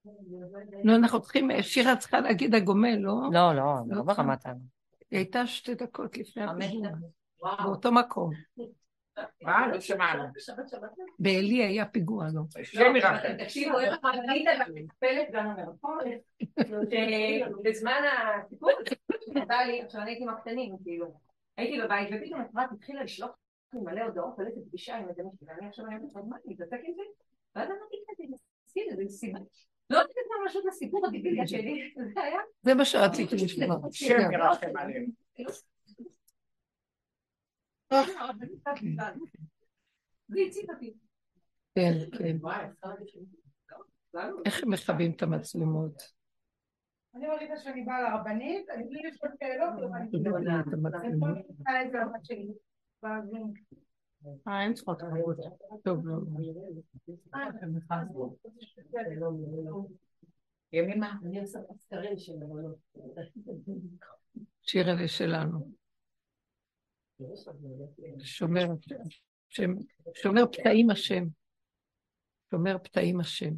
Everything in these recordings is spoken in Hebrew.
לא, אנחנו צריכים, שירה צריכה להגיד הגומל, לא? לא, לא ברמת העם. היא הייתה 2 דקות לפני הפיגוע, באותו מקום. מה? לא שמענו. באלי היה פיגוע, לא? שם ירחם. תקשיבו, איך ראית במקפלת גם המרפון, בזמן הסיפור, נתן לי, עכשיו אני הייתי עם הקטנים, כאילו, הייתי בבית, ופתאום אפרת התחילה לשלוח לי מלא הודעות, הולכת פגישה עם איזה מישהו, ואני עכשיו אני אומרת, מה, אני אתעסק עם זה? ואז אמרתי כזה, זה סיבה. לא יודעת מה משהו לסיפור הדיביליה שלי, זה היה? זה מה שרציתי לשמוע. שם ירחם עליהם. זה הציב אותי. כן, כן. איך הם מכבים את המצלמות? אני מרגישה שאני באה לרבנית, אני בלי לשאול שאלות, אין צריכות חבות. טוב, לא. ימימה. אני עושה סקרים של בנות. שיר אלה שלנו. שומר פתאים השם. שומר פתאים השם.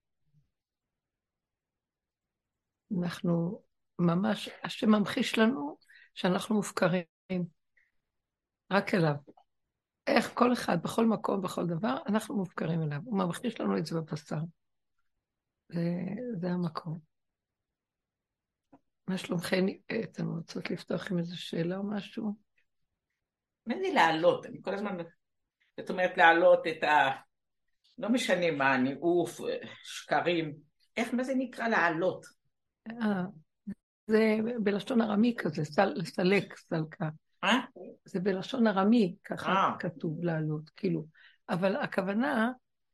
אנחנו ממש, השם ממחיש לנו שאנחנו מופקרים. רק אליו. איך כל אחד, בכל מקום, בכל דבר, אנחנו מופקרים אליו. הוא ממחיש לנו את זה בבשר. זה המקום. מה שלומכן? אתן רוצות לפתוח עם איזו שאלה או משהו? מה זה לעלות? אני כל הזמן, זאת אומרת לעלות את ה... לא משנה מה, ניאוף, שקרים. איך, מה זה נקרא לעלות? זה בלשון ארמי כזה, לסלק, סלקה. זה בלשון ארמי, ככה כתוב לעלות, כאילו. אבל הכוונה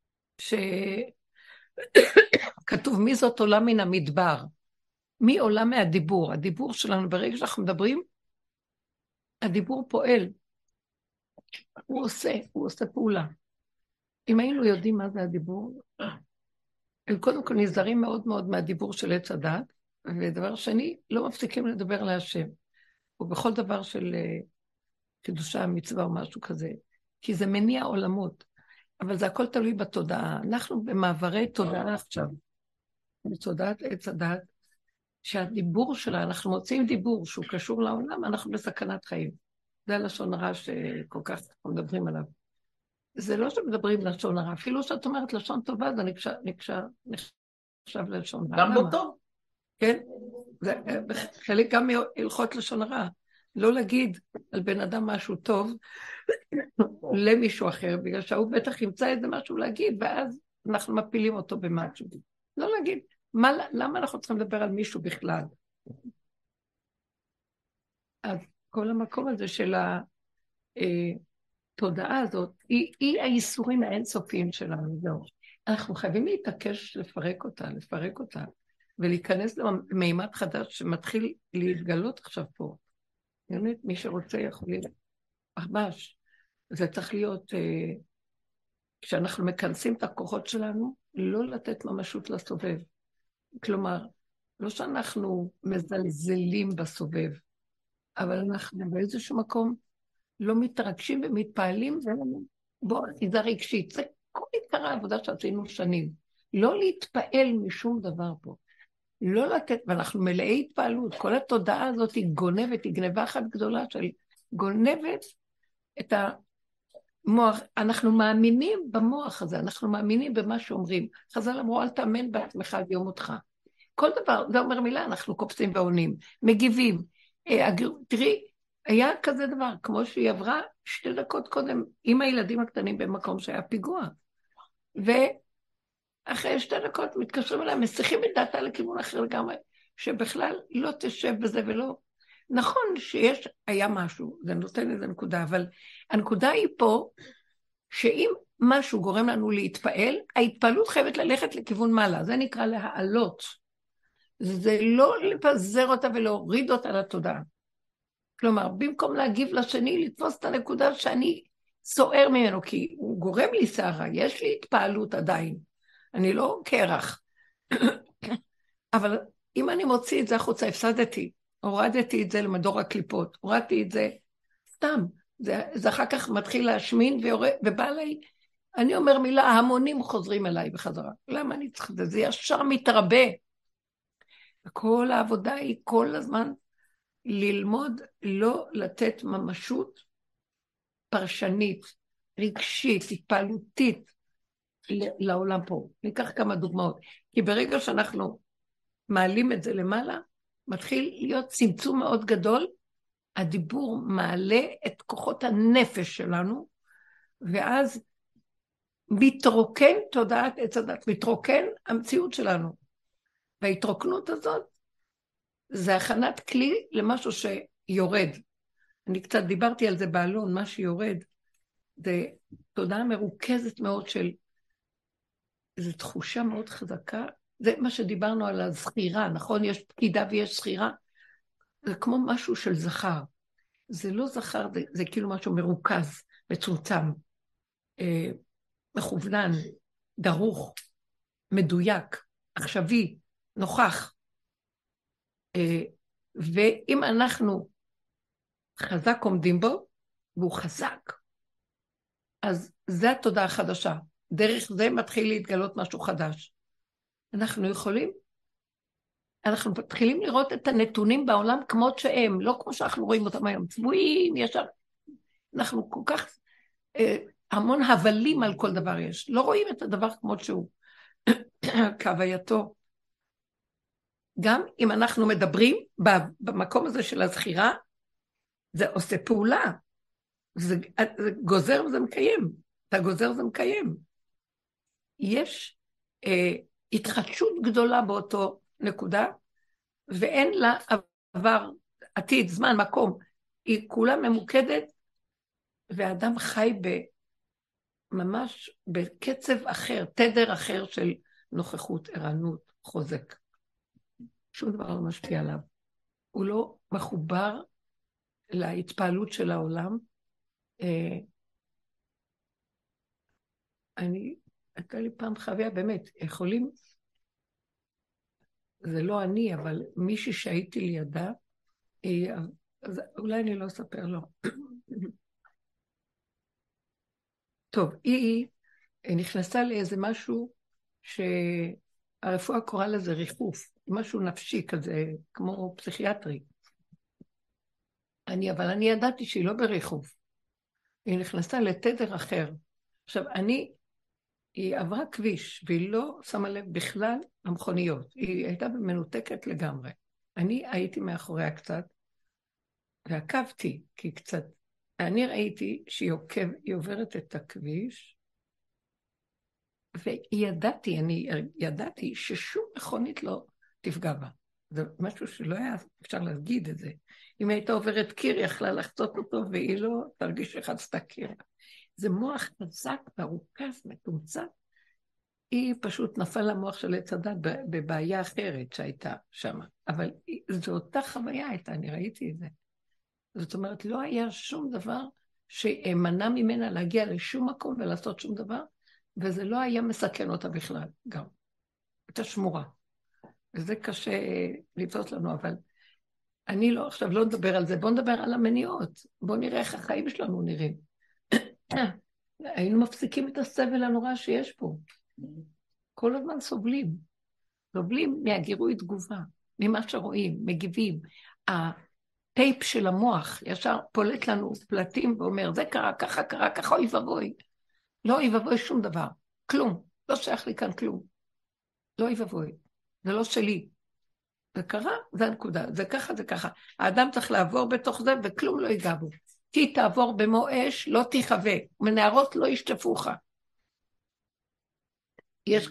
שכתוב מי זאת עולה מן המדבר. מי עולה מהדיבור? הדיבור שלנו, ברגע שאנחנו מדברים, הדיבור פועל. הוא עושה פעולה. אם היינו יודעים מה זה הדיבור, הם קודם כל נזהרים מאוד מאוד מהדיבור של עץ הדת, ודבר שני, לא מפסיקים לדבר על השם. ובכל דבר של קידושה, מצווה או משהו כזה, כי זה מניע עולמות. אבל זה הכל תלוי בתודעה. אנחנו במעברי תודעה עכשיו, בתודעת עץ הדת, שהדיבור שלה, אנחנו מוצאים דיבור שהוא קשור לעולם, אנחנו בסכנת חיים. זה הלשון הרע שכל כך אנחנו מדברים עליו. זה לא שמדברים לשון הרע, אפילו שאת אומרת לשון טובה, זה נחשב ללשון הרע. גם לא טוב. כן, זה חלק גם הלכות לשון הרע. לא להגיד על בן אדם משהו טוב למישהו אחר, בגלל שהוא בטח ימצא איזה משהו להגיד, ואז אנחנו מפילים אותו במשהו. לא להגיד, למה אנחנו צריכים לדבר על מישהו בכלל? אז כל המקום הזה של התודעה הזאת, היא הייסורים האינסופיים שלנו, זהו. אנחנו חייבים להתעקש לפרק אותה, ולהיכנס למימד חדש שמתחיל להתגלות עכשיו פה. מי שרוצה יכול להיות ממש. זה צריך להיות, כשאנחנו מכנסים את הכוחות שלנו, לא לתת ממשות לסובב. כלומר, לא שאנחנו מזלזלים בסובב, אבל אנחנו באיזשהו מקום לא מתרגשים ומתפעלים, בוא, זה רגשית. זה כל עיקר העבודה שעשינו שנים. לא להתפעל משום דבר פה. לא לתת, ואנחנו מלאי התפעלות. כל התודעה הזאת היא גונבת, היא גנבה אחת גדולה של גונבת את המוח. אנחנו מאמינים במוח הזה, אנחנו מאמינים במה שאומרים. חז"ל אמרו, אל תאמן בעצמך עד יום מותך. כל דבר, זה אומר מילה, אנחנו קופצים ועונים, מגיבים. תראי, היה כזה דבר, כמו שהיא עברה 2 דקות קודם, עם הילדים הקטנים במקום שהיה פיגוע. ואחרי 2 דקות מתקשרים אליי, מסיחים את דעתה לכיוון אחר לגמרי, שבכלל לא תשב בזה ולא... נכון שיש, היה משהו, זה נותן איזה נקודה, אבל הנקודה היא פה, שאם משהו גורם לנו להתפעל, ההתפעלות חייבת ללכת לכיוון מעלה, זה נקרא להעלות. זה לא לפזר אותה ולהוריד אותה לתודעה. כלומר, במקום להגיב לשני, לתפוס את הנקודה שאני סוער ממנו, כי הוא גורם לי שערה, יש לי התפעלות עדיין. אני לא קרח. אבל אם אני מוציא את זה החוצה, הפסדתי, הורדתי את זה למדור הקליפות, הורדתי את זה סתם. זה אחר כך מתחיל להשמין ובא לי אני אומר מילה, ההמונים חוזרים אליי בחזרה. למה אני צריכה את זה? זה ישר מתרבה. וכל העבודה היא כל הזמן ללמוד לא לתת ממשות פרשנית, רגשית, התפעלותית לעולם פה. ניקח כמה דוגמאות. כי ברגע שאנחנו מעלים את זה למעלה, מתחיל להיות צמצום מאוד גדול, הדיבור מעלה את כוחות הנפש שלנו, ואז מתרוקן תודעת עץ הדת, מתרוקן המציאות שלנו. וההתרוקנות הזאת, זה הכנת כלי למשהו שיורד. אני קצת דיברתי על זה באלון, מה שיורד, זה תודעה מרוכזת מאוד של, זו תחושה מאוד חזקה, זה מה שדיברנו על הזכירה, נכון? יש פקידה ויש זכירה, זה כמו משהו של זכר. זה לא זכר, זה כאילו משהו מרוכז, מצומצם, מכוונן, דרוך, מדויק, עכשווי, נוכח. ואם אנחנו חזק עומדים בו, והוא חזק, אז זה התודעה החדשה. דרך זה מתחיל להתגלות משהו חדש. אנחנו מתחילים לראות את הנתונים בעולם כמות שהם, לא כמו שאנחנו רואים אותם היום, צבועים, ישר. אנחנו כל כך, המון הבלים על כל דבר יש. לא רואים את הדבר כמות שהוא, כהווייתו. גם אם אנחנו מדברים במקום הזה של הזכירה, זה עושה פעולה. זה גוזר וזה מקיים. אתה גוזר וזה מקיים. יש התחדשות גדולה באותו נקודה, ואין לה עבר, עתיד, זמן, מקום. היא כולה ממוקדת, והאדם חי ממש בקצב אחר, תדר אחר של נוכחות, ערנות, חוזק. שום דבר לא משפיע עליו. הוא לא מחובר להתפעלות של העולם. הייתה לי פעם חוויה, באמת, יכולים, זה לא אני, אבל מישהי שהייתי לידה, אז אולי אני לא אספר לו. טוב, היא נכנסה לאיזה משהו שהרפואה קוראה לזה ריחוף, משהו נפשי כזה, כמו פסיכיאטרי. אבל אני ידעתי שהיא לא בריחוף. היא נכנסה לתדר אחר. עכשיו, היא עברה כביש, והיא לא שמה לב בכלל למכוניות. היא הייתה מנותקת לגמרי. אני הייתי מאחוריה קצת, ועקבתי, כי קצת, אני ראיתי שהיא עוברת את הכביש, אני ידעתי ששום מכונית לא תפגע בה. זה משהו שלא היה אפשר להגיד את זה. אם הייתה עוברת קיר, היא יכלה לחצות אותו, והיא לא תרגיש שחצתה קיר. זה מוח חזק, מרוכז, מתומצת. היא פשוט נפל למוח של עץ הדת בבעיה אחרת שהייתה שם. אבל זו אותה חוויה הייתה, אני ראיתי את זה. זאת אומרת, לא היה שום דבר שמנע ממנה להגיע לשום מקום ולעשות שום דבר, וזה לא היה מסכן אותה בכלל, גם. הייתה שמורה. וזה קשה לתפוס לנו, אבל אני עכשיו לא נדבר על זה, בואו נדבר על המניעות. בואו נראה איך החיים שלנו נראים. היינו מפסיקים את הסבל הנורא שיש פה. כל הזמן סובלים מהגירוי תגובה, ממה שרואים, מגיבים. הטייפ של המוח ישר פולט לנו פלטים ואומר, זה קרה, ככה, אוי ובוי. לא אוי ובוי שום דבר, כלום, לא שייך לי כאן כלום. לא אוי ובוי, זה לא שלי. זה קרה, זה הנקודה, זה ככה. האדם צריך לעבור בתוך זה וכלום לא ייגע בו. כי תעבור במו אש, לא תיחווה, מנערות לא ישטפוך. יש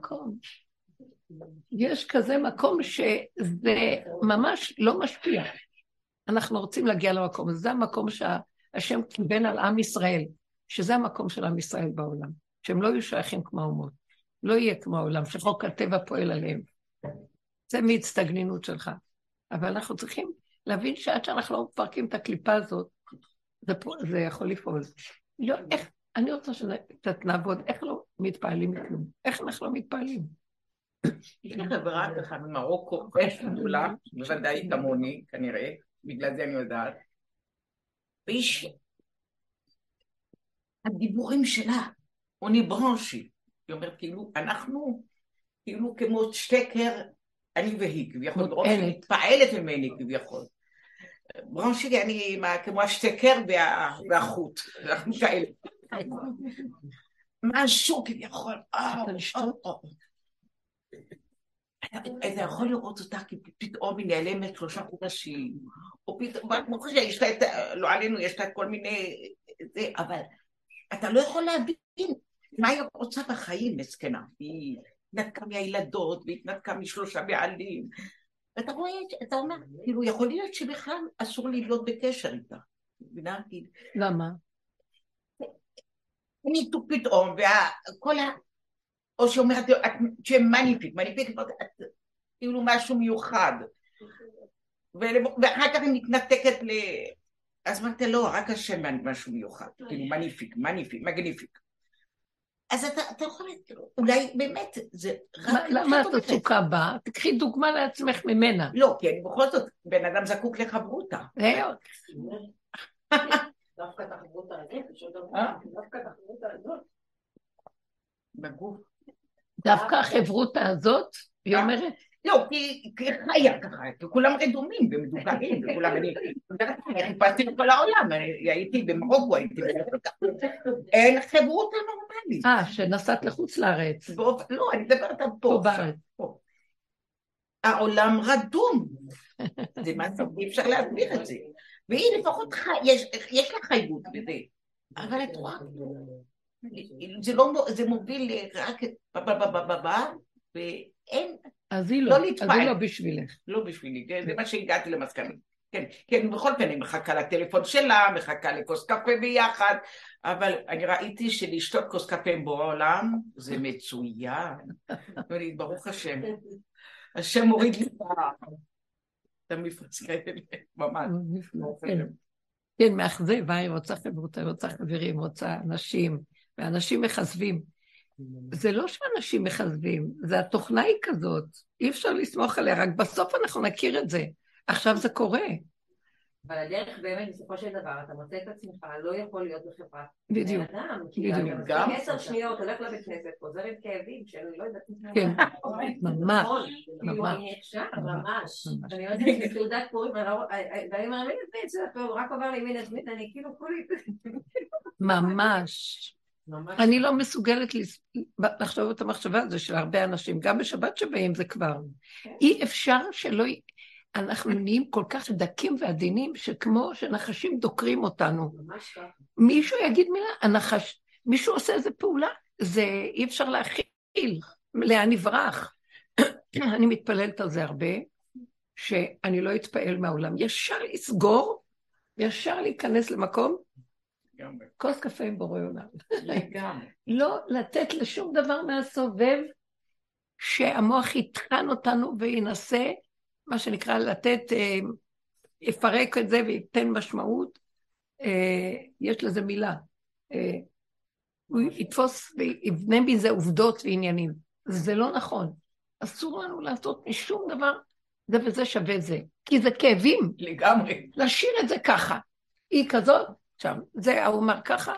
כזה מקום שזה ממש לא משפיע. אנחנו רוצים להגיע למקום, זה המקום שהשם קיבל על עם ישראל, שזה המקום של עם ישראל בעולם, שהם לא יהיו שייכים כמו האומות, לא יהיה כמו העולם, שחוק הטבע פועל עליהם. זה מהצטגנינות שלך. אבל אנחנו צריכים להבין שעד שאנחנו לא מפרקים את הקליפה הזאת, זה יכול לפעול. לא, איך, אני רוצה שקצת נעבוד, איך לא מתפעלים מכלום? איך אנחנו לא מתפעלים? יש לי חברה ככה ממרוקו, יש גדולה, בוודאי כמוני, כנראה, בגלל זה אני יודעת. ואיש, הדיבורים שלה, אוני ברונשי. היא אומרת, כאילו, אנחנו, כאילו כמו שטקר, אני והיא, כביכול, ברונשי מתפעלת ממני, כביכול. ברונשי, אני כמו השטקר והחוט, אנחנו כאלה. משהו כביכול, אתה יכול לראות אותה כי פתאום היא נעלמת 3 חודשים, או פתאום, כמו שיש לה את, לא עלינו, יש לה כל מיני, אבל אתה לא יכול להבין מה היא רוצה בחיים, מסכנה. היא התנתקה מהילדות, והיא התנתקה מ3 בעלים. ואתה רואה, אתה אומר, כאילו, יכול להיות שבכלל אסור לי להיות בקשר איתה. למה? ניתוק פתאום, וכל ה... או שאומרת, שמניפיק, כאילו משהו מיוחד. ואחר כך היא מתנתקת ל... אז אמרת, לא, רק השם משהו מיוחד, כאילו מניפיק, מגניפיק. אז אתה יכול, אולי באמת, זה רק... למה את עסוקה בה? תקחי דוגמה לעצמך ממנה. לא, כי אני בכל זאת, בן אדם זקוק לחברותה. דווקא את החברותה הזאת, בגוף. דווקא החברותה הזאת, היא אומרת? לא, כי חיה ככה, כי כולם רדומים ומדוכאים, וכולם, אני חיפשתי לכל העולם, הייתי במרוקו, אין חברותה נורמלית. שנסעת לחוץ לארץ. לא, אני מדברת פה. העולם רדום, זה מה אי אפשר להסביר את זה, והיא לפחות יש לה חייבות בזה, אבל את רואה, זה מוביל רק ואין, אז היא לא בשבילך. לא בשבילי, זה מה שהגעתי למסקנה. כן, בכל פעם אני מחכה לטלפון שלה, מחכה לכוס קפה ביחד, אבל אני ראיתי שלשתות כוס קפה בעולם זה מצוין. ברוך השם. השם מוריד לי את המפרץ כאלה, ממש. כן, מאכזב, היא רוצה חברות, היא רוצה חברים, רוצה אנשים, ואנשים מחזבים. זה לא שאנשים מחזבים, זה התוכנה היא כזאת, אי אפשר לסמוך עליה, רק בסוף אנחנו נכיר את זה. עכשיו זה קורה. אבל הדרך באמת, בסופו של דבר, אתה מוצא את עצמך, לא יכול להיות בחברה. בדיוק. גם 10 שניות, הולך לבית כנסת, חוזר עם כאבים, שאני לא יודעת... כן, ממש. אני עכשיו, ממש. אני יודעת את תעודת פורים, ואני מאמין את זה, רק עובר לי מין הזמין, אני כאילו כולי... ממש. אני לא מסוגלת לחשוב את המחשבה הזו של הרבה אנשים, גם בשבת שבאים זה כבר. אי אפשר שלא... אנחנו נהיים כל כך דקים ועדינים, שכמו שנחשים דוקרים אותנו. מישהו יגיד מילה, הנחש, מישהו עושה איזה פעולה, זה אי אפשר להכיל, לאן נברח. אני מתפללת על זה הרבה, שאני לא אתפעל מהעולם. ישר לסגור, ישר להיכנס למקום, כוס קפה עם בורא עולם. לא לתת לשום דבר מהסובב, שהמוח יתחן אותנו וינסה, מה שנקרא לתת, יפרק את זה וייתן משמעות, יש לזה מילה. הוא יתפוס ויבנה מזה עובדות ועניינים. זה לא נכון. אסור לנו לעשות משום דבר, זה וזה שווה זה. כי זה כאבים. לגמרי. להשאיר את זה ככה. היא כזאת, עכשיו, זה הוא אומר ככה.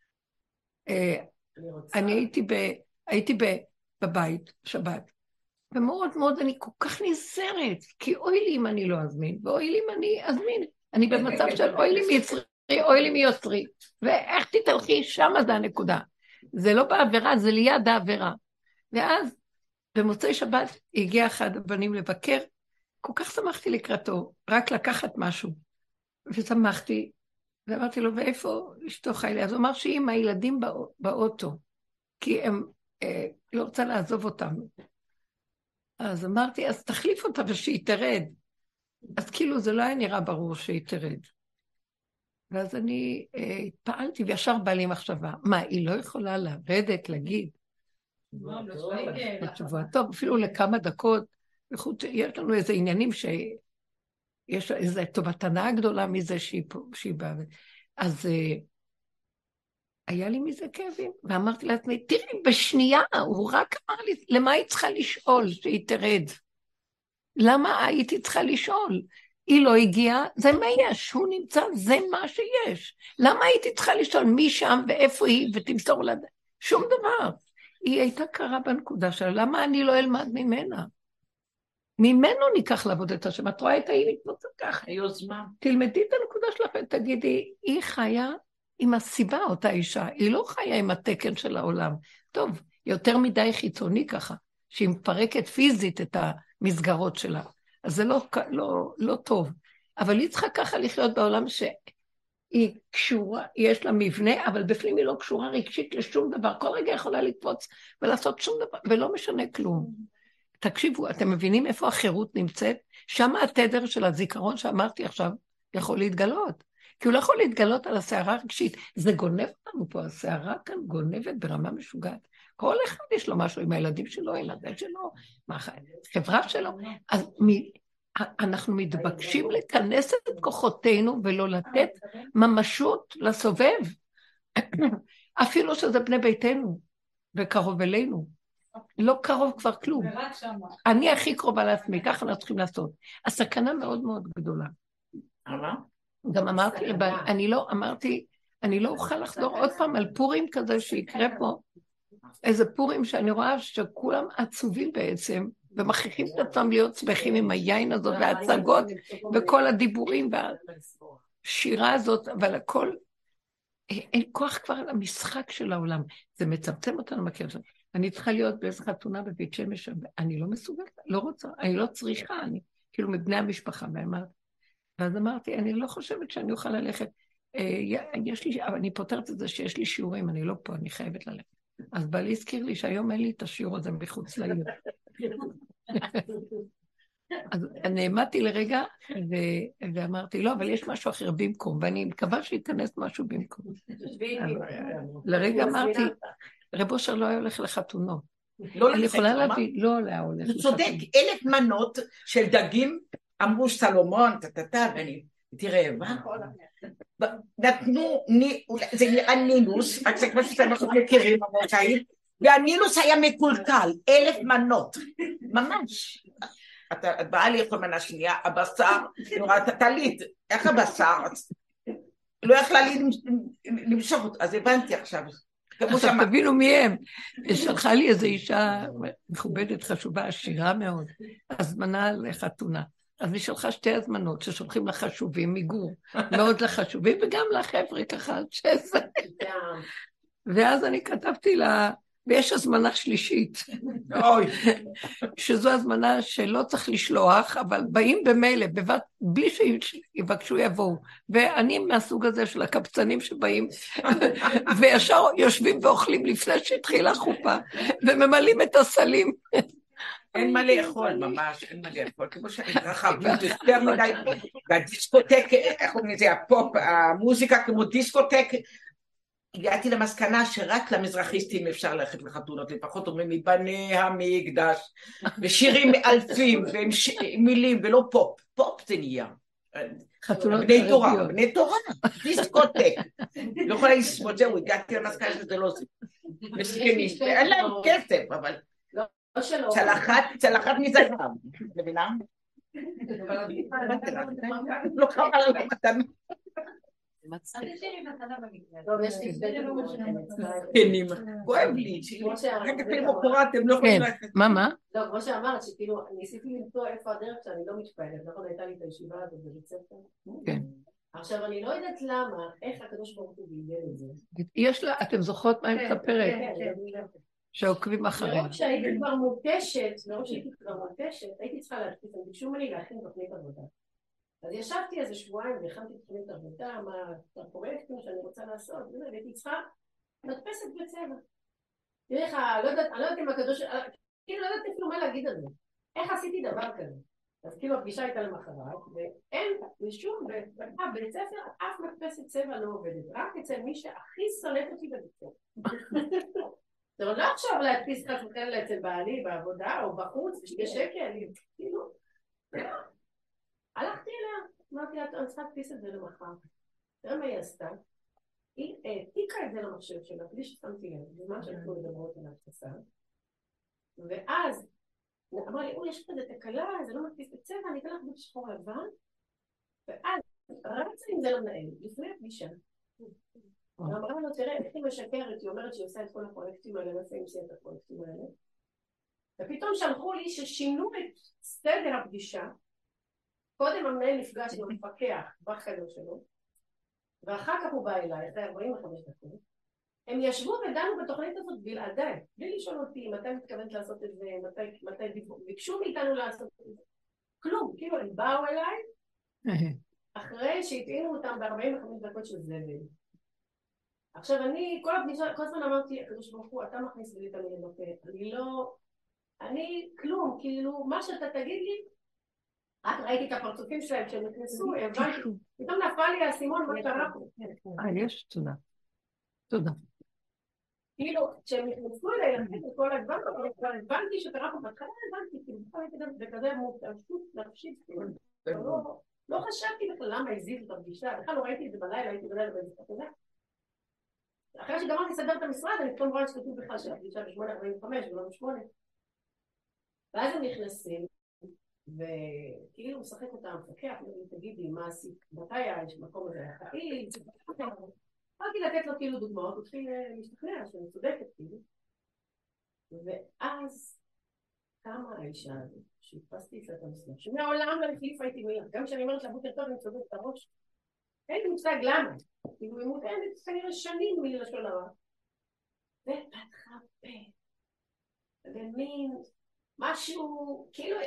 אני הייתי בבית, שבת. ומאוד מאוד אני כל כך נזרת, כי אוי לי אם אני לא אזמין, ואוי לי אם אני אזמין. אני במצב של אוי לי מיצרי, אוי לי מיוצרי. ואיך תתלכי, שמה זה הנקודה. זה לא בעבירה, זה ליד העבירה. ואז, במוצאי שבת, הגיע אחד הבנים לבקר, כל כך שמחתי לקראתו, רק לקחת משהו. ושמחתי, ואמרתי לו, ואיפה אשתו חיילי? אז הוא אמר שהיא עם הילדים באוטו, כי הם לא רוצה לעזוב אותם. אז אמרתי, אז תחליף אותה ושהיא תרד. אז כאילו זה לא היה נראה ברור שהיא תרד. ואז אני התפעלתי וישר בא לי מחשבה, מה, היא לא יכולה לרדת, להגיד? התשובה, טוב, אפילו לכמה דקות, יש לנו איזה עניינים שיש איזו טובתנה גדולה מזה שהיא באה. אז היה לי מזה כאבים, ואמרתי לעצמי, תראי, בשנייה, הוא רק אמר לי, למה היא צריכה לשאול שהיא תרד? למה הייתי צריכה לשאול? היא לא הגיעה, זה מה יש, הוא נמצא, זה מה שיש. למה הייתי צריכה לשאול מי שם ואיפה היא, ותמסור לה שום דבר. היא הייתה קרה בנקודה שלה, למה אני לא אלמד ממנה? ממנו ניקח לעבוד את השם. את רואה את ההיא מתפוצצת ככה. היוזמה. תלמדי את הנקודה שלך ותגידי, היא חיה עם הסיבה, אותה אישה. היא לא חיה עם התקן של העולם. טוב, יותר מדי חיצוני ככה, שהיא מפרקת פיזית את המסגרות שלה. אז זה לא טוב. אבל היא צריכה ככה לחיות בעולם שהיא קשורה, יש לה מבנה, אבל בפנים היא לא קשורה רגשית לשום דבר. כל רגע יכולה לקפוץ ולעשות שום דבר, ולא משנה כלום. תקשיבו, אתם מבינים איפה החירות נמצאת? שם התדר של הזיכרון שאמרתי עכשיו יכול להתגלות. כי הוא לא יכול להתגלות על הסערה הרגשית. זה גונב אותנו פה, הסערה כאן גונבת ברמה משוגעת. כל אחד יש לו משהו עם הילדים שלו, הילדים שלו, חברה שלו. אז אנחנו מתבקשים לכנס את כוחותינו ולא לתת ממשות לסובב. אפילו שזה בני ביתנו וקרוב אלינו. לא קרוב כבר כלום. אני הכי קרובה לעצמי, ככה אנחנו צריכים לעשות. הסכנה מאוד מאוד גדולה. גם אמרתי, אני לא אוכל לחזור עוד פעם על פורים כזה שיקרה פה. איזה פורים שאני רואה שכולם עצובים בעצם, ומכריחים את עצמם להיות שמחים עם היין הזאת וההצגות, וכל הדיבורים והשירה הזאת, אבל הכל, אין כוח כבר על המשחק של העולם. זה מצמצם אותנו מכיר. אני צריכה להיות באיזו חתונה בבית שמש, אני לא מסוגלת, לא רוצה, אני לא צריכה, אני כאילו מבני המשפחה, ואז אמרתי, אני לא חושבת שאני אוכל ללכת, אבל אני פותרת את זה שיש לי שיעורים, אני לא פה, אני חייבת ללכת. אז בעלי הזכיר לי שהיום אין לי את השיעור הזה מחוץ לעיר. אז נעמדתי לרגע ואמרתי, לא, אבל יש משהו אחר במקום, ואני מקווה שיכנס משהו במקום. לרגע אמרתי, רב אושר לא היה הולך לחתונות. אני יכולה להביא, לא היה הולך לחתונות. צודק, 1,000 מנות של דגים, אמרו סלומון, ואני, תראה, מה? נתנו, זה נראה נילוס, זה כמו שאנחנו מכירים, והנילוס היה מקולקל, 1,000 מנות, ממש. את באה לי לאכול מנה שנייה, הבשר, נורא טלית, איך הבשר? לא יכלה לי למשוך אותו, אז הבנתי עכשיו. עכשיו תבינו מי הם. שלחה לי איזו אישה מכובדת, חשובה, עשירה מאוד, הזמנה לחתונה. אז היא שלחה 2 הזמנות ששולחים לחשובים מגור, מאוד לחשובים, וגם לחבר'ה ככה, שזה. ואז אני כתבתי לה, ויש הזמנה שלישית, שזו הזמנה שלא צריך לשלוח, אבל באים במילא, בלי שיבקשו יבואו, ואני מהסוג הזה של הקבצנים שבאים, וישר יושבים ואוכלים לפני שהתחילה חופה, וממלאים את הסלים. אין מה לאכול, ממש, אין מה לאכול, כמו שהתרחבות יותר מדי, והדיסקוטק, איך אומרים את זה, הפופ, המוזיקה כמו דיסקוטק, הגעתי למסקנה שרק למזרחיסטים אפשר ללכת לחתונות, לפחות אומרים מבני המקדש, ושירים אלפים, ומילים, ולא פופ, פופ זה נהיה. בני תורה, בני תורה, דיסקוטק. לא יכולה לסמוד, זהו, הגעתי למסקנה שזה לא זה. מסכנים, אין להם כסף, אבל צלחת מזהב, מבינה? לא חבל על המתנה. כואב לי, רק אתם מוקורת, הם לא יכולים ללכת. מה? לא, כמו שאמרת, שכאילו, ניסיתי למצוא איפה הדרך שאני לא מתפעלת, נכון, הייתה לי את הישיבה הזאת בבית ספר. כן. עכשיו, אני לא יודעת למה, איך הקדוש ברוך הוא בגלל את זה. יש לה, אתם זוכרות מה היא מספרת? שעוקבים אחריהם. מרוב שהייתי כבר מותשת, הייתי צריכה להדפיס, הם ביקשו ממני להכין תוכנית עבודה. אז ישבתי איזה שבועיים והכנתי תוכנית עבודה, מה הפרויקטים שאני רוצה לעשות, והייתי צריכה מדפסת בצבע. תראה לך, אני לא יודעת אם הקדוש, כאילו לא יודעת אפילו מה להגיד על זה. איך עשיתי דבר כזה? אז כאילו הפגישה הייתה למחרת, ואין משום בבית ספר, אף מדפסת צבע לא עובדת, רק אצל מי שהכי סולט אותי בבית ספר. זה לא עכשיו להדפיס חס וחלילה אצל בעלי בעבודה או בחוץ, בשקל, כאילו. הלכתי אליה, אמרתי לה, אני צריכה להדפיס את זה למחר. תראה מה היא עשתה. היא העתיקה את זה למחשב שלה, בלי ששמתי לב, בזמן שאנחנו מדברות על ההדפסה. ואז אמרה לי, יש כזה תקלה, זה לא מדפיס בצבע, אני אתן לך בשחור לבן. ואז רצה עם זה למנהל, לפני הפגישה. ואמרה לו, תראה, איך היא משקרת, היא אומרת שהיא עושה את כל הפרויקטים האלה, איפה היא עושה את הפרויקטים האלה. ופתאום שלחו לי ששינו את סדר הפגישה, קודם המנהל נפגש עם המפקח בחדר שלו, ואחר כך הוא בא אליי, אחרי 45 דקות, הם ישבו ודנו בתוכנית הזאת בלעדיי, בלי לשאול אותי מתי מתכוונת לעשות את זה, מתי ביקשו מאיתנו לעשות את זה, כלום, כאילו הם באו אליי, אחרי שהתאינו אותם ב-45 דקות של זבל. עכשיו אני, כל הפגישה, כל הזמן אמרתי, הקדוש ברוך הוא, אתה מכניס לי את המילים בפה, אני כלום, כאילו, מה שאתה תגיד לי, רק ראיתי את הפרצופים שלהם כשהם נכנסו, הבנתי, פתאום נפל לי האסימון מה קרה פה. יש, תודה. תודה. כאילו, כשהם נכנסו אליי לחץ את כל הדבר, כבר הבנתי שקרה פה בהתחלה, הבנתי, כאילו, בכזה מותאשות נפשית, לא חשבתי בכלל למה הזיזו את הפגישה, בכלל לא ראיתי את זה בלילה, הייתי בלילה במשחק הזה. אחרי שגמרתי לסדר את המשרד, אני פתאום רואה שכתוב בכלל של הפגישה ב-8:45 ולא ב-8. ואז הם נכנסים, וכאילו משחק אותה המפקח, תגידי מה עשית, מתי היה מקום הזה היה חיים, אמרתי לתת לו כאילו דוגמאות, הוא התחיל להשתכנע שאני צודקת כאילו. ואז קמה האישה הזאת, שהתפסתי את המסלח, שמעולם לא החליפה איתי מילה, גם כשאני אומרת לה בוקר טוב, אני צודקת את הראש. אין לי מושג למה, כאילו היא מותאמת כנראה שנים מלשון הרע. ופתחה פה, ומין משהו, כאילו,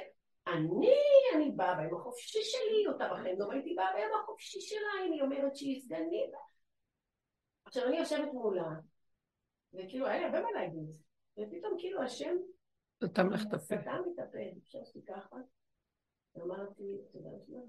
אני באה ביום החופשי שלי, אותה בחיים לא הייתי באה ביום החופשי שלה, היא אומרת שהיא סגנית. עכשיו אני יושבת מולה, וכאילו היה לי הרבה מה להגיד, ופתאום כאילו השם סתם לך את הפה. סתם את הפה, אפשר שתי ככה, ואמרתי, אתה יודע מה?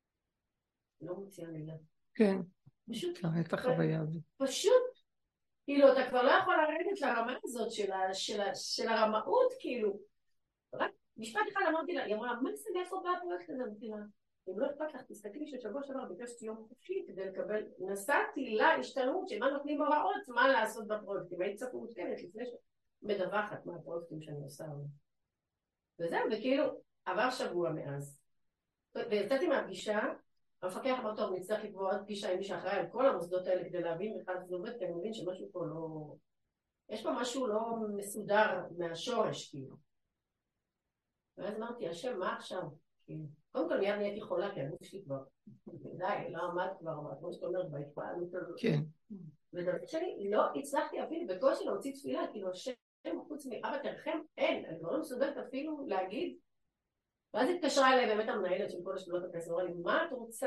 לא מוציאה מילה. כן, פשוט, את החוויה הזאת. פשוט, כאילו אתה כבר לא יכול לרדת לרמה הזאת של הרמאות, כאילו, רק משפט אחד אמרתי לה, היא אמרה, מה זה מאיפה בא הפרויקט הזה? אמרתי לה, אם לא אכפת לך, תסתכלי ששבוע שעבר ביקשתי יום חופשי כדי לקבל, נסעתי להשתלמות שמה נותנים הוראות, מה לעשות בפרויקטים, הייתי קצת מעודכנת לפני שמדווחת מה הפרויקטים שאני עושה. וזהו, וכאילו, עבר שבוע מאז. ויצאתי מהפגישה, המפקח אמר טוב, נצטרך לקבוע עוד פגישה עם מי שאחראי על כל המוסדות האלה כדי להבין בכלל זה עובד, כי אני מבין שמשהו פה לא... יש פה משהו לא מסודר מהשורש, כאילו. ואז אמרתי, השם, מה עכשיו? קודם כל מיד נהייתי חולה, כי הגוף שלי כבר, די, לא עמד כבר, כמו שאתה אומרת, בהתפעלות הזאת. כן. ודבר שני, לא הצלחתי אפילו בקושי להוציא תפילה, כאילו השם, חוץ מאבא תרחם, אין, אני לא מסוגלת אפילו להגיד. ואז התקשרה אליי באמת המנהלת של כל השדולות הכסף, אמרה לי, מה את רוצה?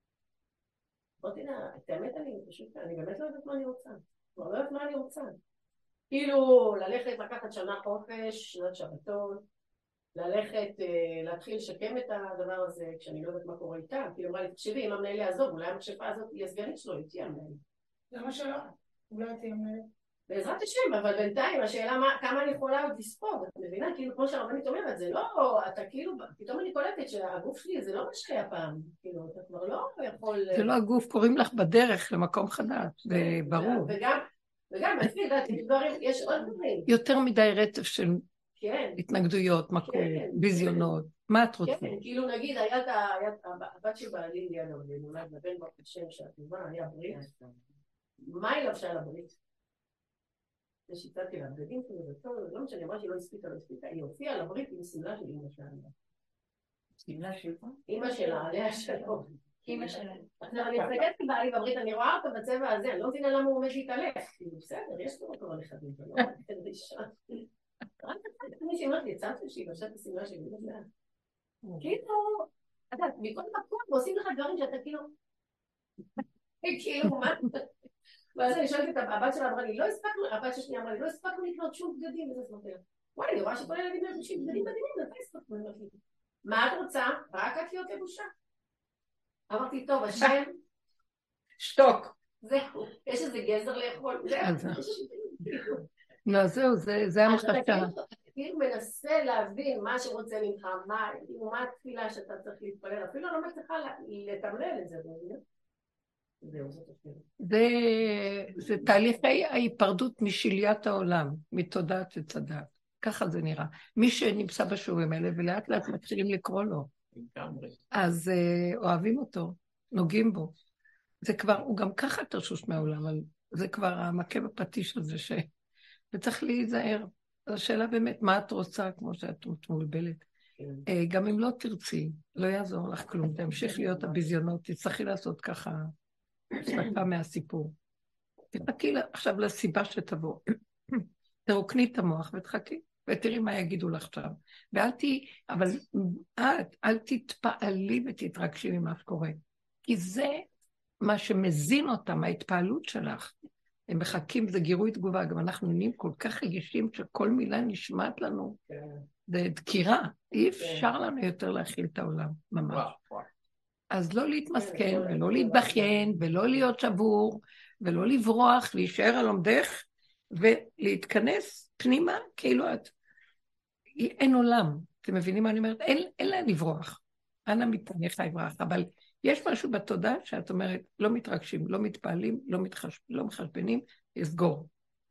אמרתי לה, את האמת אני באמת לא יודעת מה אני רוצה. כבר לא יודעת מה אני רוצה. כאילו, ללכת לקחת שנה חופש, שנת שבתון, ללכת, להתחיל לשקם את הדבר הזה, כשאני לא יודעת מה קורה איתה, כאילו אמרה לי, תקשיבי, אם המנהל יעזוב, אולי המחשפה הזאת היא הסגנית שלו, היא תהיה המנהל. למה שלא? אולי תהיה המנהל. בעזרת השם, אבל בינתיים, השאלה כמה אני יכולה עוד לספוג, את מבינה? כאילו, כמו שהרבנית אומרת, זה לא, אתה כאילו, פתאום אני קולטת שהגוף שלי זה לא מה שהיה פעם, כאילו, אתה כבר לא יכול... זה לא הגוף, קוראים לך בדרך למקום חדש, זה ברור. וגם, יש עוד דברים. יותר מדי רטף של כן. התנגדויות, מכות, ביזיונות, מה את רוצה? כן, כאילו נגיד, היה הבת של בעלי ליד עובדים, אולי בבן בו כשם שהטובה, היה ברית. מה היא לבשה לברית? ושיטתי לה, בגדים כזה וטוב, לא משנה, אמרה שהיא לא הספיקה, היא הופיעה לברית עם סמלה של אמא שלה. סמלה של פה? אמא שלה, עליה שלום. אמא שלה. עכשיו אני מסתכלת בעלי בברית, אני רואה אותו בצבע הזה, אני לא מבינה למה הוא עומד להתעלף. כאילו בסדר, יש לו אותו הנכדים, זה לא רק דרישה. רק אני שאומרת לי, צעצה שהיא לבשה את הסמלה של אמא שלה. כאילו, אתה יודעת, מכל מקום עושים לך דברים שאתה כאילו, מה? ואז אני שואלת את הבת שלה, אמרה לי, לא הספקנו, הבת ששנייה אמרה לי, לא הספקנו לקנות שום בגדים, וזה סמכת. וואי, אני רואה שכל הילדים מרגישים בגדים מדהימים, אתה הספקנו. מה את רוצה? רק את להיות לבושה. אמרתי, טוב, השם... שתוק. זהו, יש איזה גזר לאכול. לא, זהו, זה המחשבה. אתה כאילו מנסה להבין מה שרוצה ממך, מה התפילה שאתה צריך להתפלל, אפילו לא מצליחה לתמלל את זה, זה תהליכי ההיפרדות משליית העולם, מתודעת וצדת. ככה זה נראה. מי שנמצא בשיעורים האלה, ולאט לאט מתחילים לקרוא לו. אז אוהבים אותו, נוגעים בו. זה כבר, הוא גם ככה תשוש מהעולם, אבל זה כבר המכה בפטיש הזה וצריך להיזהר. אז השאלה באמת, מה את רוצה, כמו שאת מבולבלת? גם אם לא תרצי, לא יעזור לך כלום, תמשיך להיות הביזיונות, תצטרכי לעשות ככה הפסקה מהסיפור. תחכי עכשיו לסיבה שתבוא. תרוקני את המוח ותחכי, ותראי מה יגידו לך עכשיו. אבל אל תתפעלי ותתרגשי ממה שקורה. כי זה מה שמזין אותם, ההתפעלות שלך. הם מחכים, זה גירוי תגובה, גם אנחנו נהיים כל כך רגישים שכל מילה נשמעת לנו. זה דקירה, אי אפשר לנו יותר להכיל את העולם, ממש. אז לא להתמסכן ולא להתבכיין ולא להיות שבור ולא לברוח, להישאר על עומדך ולהתכנס פנימה, כאילו אין עולם. אתם מבינים מה אני אומרת? אין לה לברוח. אנא מפניך יברח, אבל יש משהו בתודעה שאת אומרת, לא מתרגשים, לא מתפעלים, לא מחשבנים, יסגור.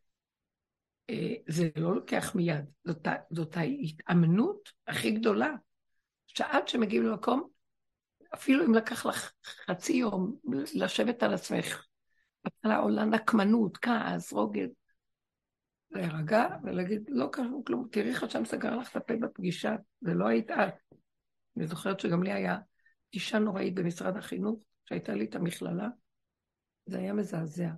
זה לא לוקח מיד, זאת ההתאמנות הכי גדולה, שעד שמגיעים למקום, אפילו אם לקח לך חצי יום לשבת על עצמך, על העולה נקמנות, כעס, רוגד, להירגע ולהגיד, לא קשור כלום, תראי חשם סגר לך את הפה בפגישה, זה לא היית את. אני זוכרת שגם לי היה אישה נוראית במשרד החינוך, שהייתה לי את המכללה, זה היה מזעזע.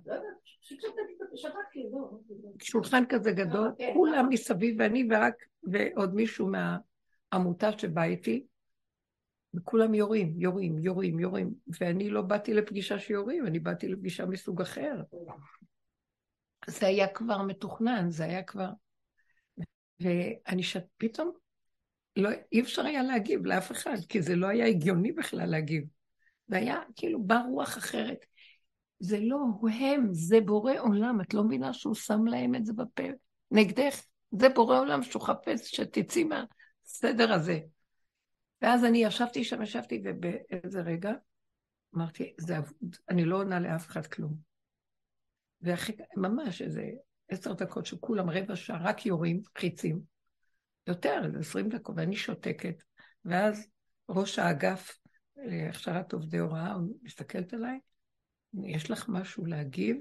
שולחן כזה גדול, כולם מסביב, ואני ועוד מישהו מהעמותה שבא איתי, וכולם יורים, ואני לא באתי לפגישה שיורים, אני באתי לפגישה מסוג אחר. זה היה כבר מתוכנן, זה היה כבר... ואני פתאום, אי אפשר היה להגיב לאף אחד, כי זה לא היה הגיוני בכלל להגיב. זה היה כאילו בא רוח אחרת. זה לא הם, זה בורא עולם, את לא מבינה שהוא שם להם את זה בפה. נגדך, זה בורא עולם שהוא חפש שתצאי מהסדר הזה. ואז אני ישבתי, ובאיזה רגע אמרתי, אני לא עונה לאף אחד כלום. ואחרי ממש איזה 10 דקות שכולם רבע שעה רק יורים, חיצים, יותר, 20 דקות, ואני שותקת, ואז ראש האגף להכשרת עובדי הוראה, הוא מסתכלת עליי, יש לך משהו להגיב?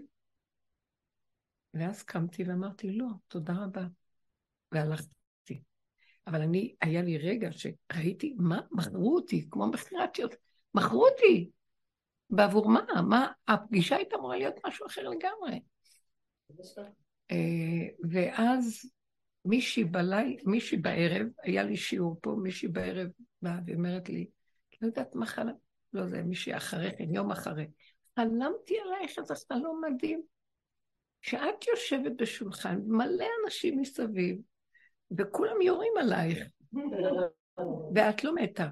ואז קמתי ואמרתי, לא, תודה רבה. והלכתי. אבל היה לי רגע שראיתי, מה? מכרו אותי, כמו מכירתיות, מכרו אותי. בעבור מה? הפגישה הייתה אמורה להיות משהו אחר לגמרי. ואז מישהי בערב, היה לי שיעור פה, מישהי בערב באה ואומרת לי, לא יודעת מה חלם, לא זה מישהי אחרי, יום אחרי. חלמתי עלייך איזה חלום מדהים, שאת יושבת בשולחן, מלא אנשים מסביב, וכולם יורים עלייך, ואת לא מתה.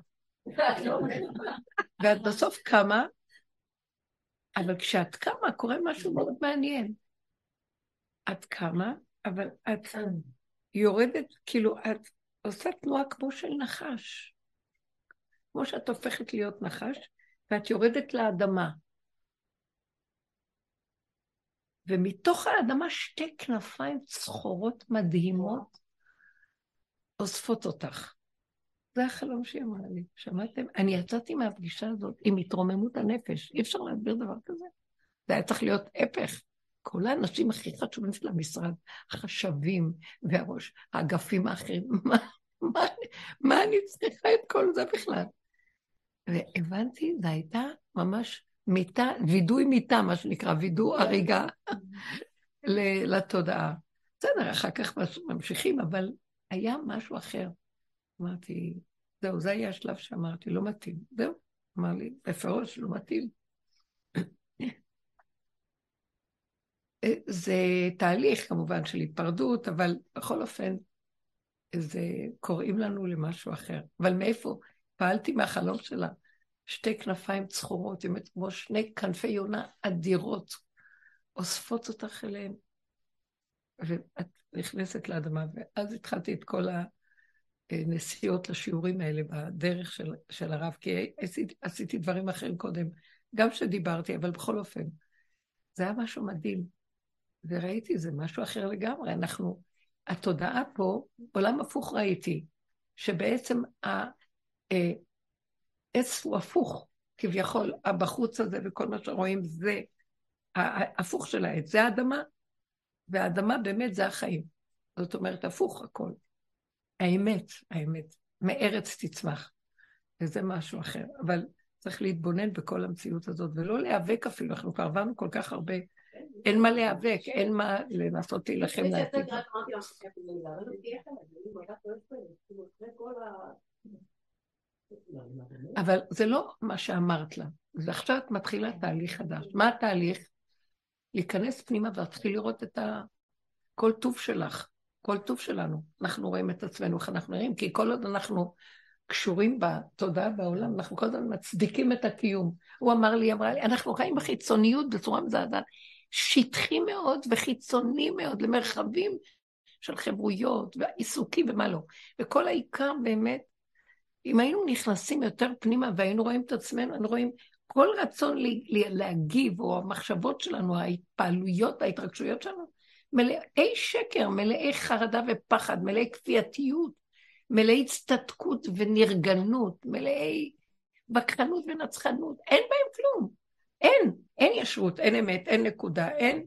ואת בסוף קמה, אבל כשאת קמה, קורה משהו מאוד מעניין. את קמה, אבל את יורדת, כאילו את עושה תנועה כמו של נחש. כמו שאת הופכת להיות נחש, ואת יורדת לאדמה. ומתוך האדמה 2 כנפיים צחורות מדהימות אוספות אותך. זה החלום שהיא אמרה לי. שמעתם? אני יצאתי מהפגישה הזאת עם התרוממות הנפש. אי אפשר להסביר דבר כזה. זה היה צריך להיות הפך. כל האנשים הכי חשובים של המשרד, החשבים והראש, האגפים האחרים, מה אני צריכה את כל זה בכלל? והבנתי, זה הייתה ממש מיטה, וידוי מיטה, מה שנקרא, וידוא הריגה לתודעה. בסדר, אחר כך ממשיכים, אבל היה משהו אחר. אמרתי, זהו, זה היה השלב שאמרתי, לא מתאים. זהו, אמר לי, בפרוש, לא מתאים. זה תהליך כמובן של היפרדות, אבל בכל אופן, זה קוראים לנו למשהו אחר. אבל מאיפה? פעלתי מהחלום שלה. 2 כנפיים צחורות, כמו 2 כנפי יונה אדירות, אוספות אותך אליהם. ואת נכנסת לאדמה, ואז התחלתי את כל הנסיעות לשיעורים האלה בדרך של הרב, כי עשיתי דברים אחרים קודם, גם שדיברתי, אבל בכל אופן, זה היה משהו מדהים. וראיתי, זה משהו אחר לגמרי. התודעה פה, עולם הפוך ראיתי, שבעצם העץ הוא הפוך, כביכול, הבחוץ הזה וכל מה שרואים זה ההפוך של העץ, זה האדמה, והאדמה באמת זה החיים. זאת אומרת, הפוך הכל. האמת, מארץ תצמח. וזה משהו אחר. אבל צריך להתבונן בכל המציאות הזאת, ולא להיאבק אפילו, אנחנו כבר עברנו כל כך הרבה, אין מה להיאבק, אין מה לנסות להילחם לעתיד. אבל זה לא מה שאמרת לה, זה עכשיו את מתחילה תהליך חדש. מה התהליך? להיכנס פנימה ולהתחיל לראות את כל טוב שלך, כל טוב שלנו. אנחנו רואים את עצמנו, איך אנחנו נראים, כי כל עוד אנחנו קשורים בתודעה בעולם, אנחנו כל הזמן מצדיקים את הקיום. הוא אמרה לי, אנחנו חיים בחיצוניות בצורה מזעזעת, שטחי מאוד וחיצוני מאוד, למרחבים של חברויות ועיסוקים ומה לא. וכל העיקר באמת, אם היינו נכנסים יותר פנימה והיינו רואים את עצמנו, היינו רואים כל רצון להגיב, או המחשבות שלנו, ההתפעלויות, ההתרגשויות שלנו, מלאי שקר, מלאי חרדה ופחד, מלאי כפייתיות, מלאי הצטדקות ונרגנות, מלאי בקחנות ונצחנות, אין בהם כלום. אין ישרות, אין אמת, אין נקודה, אין.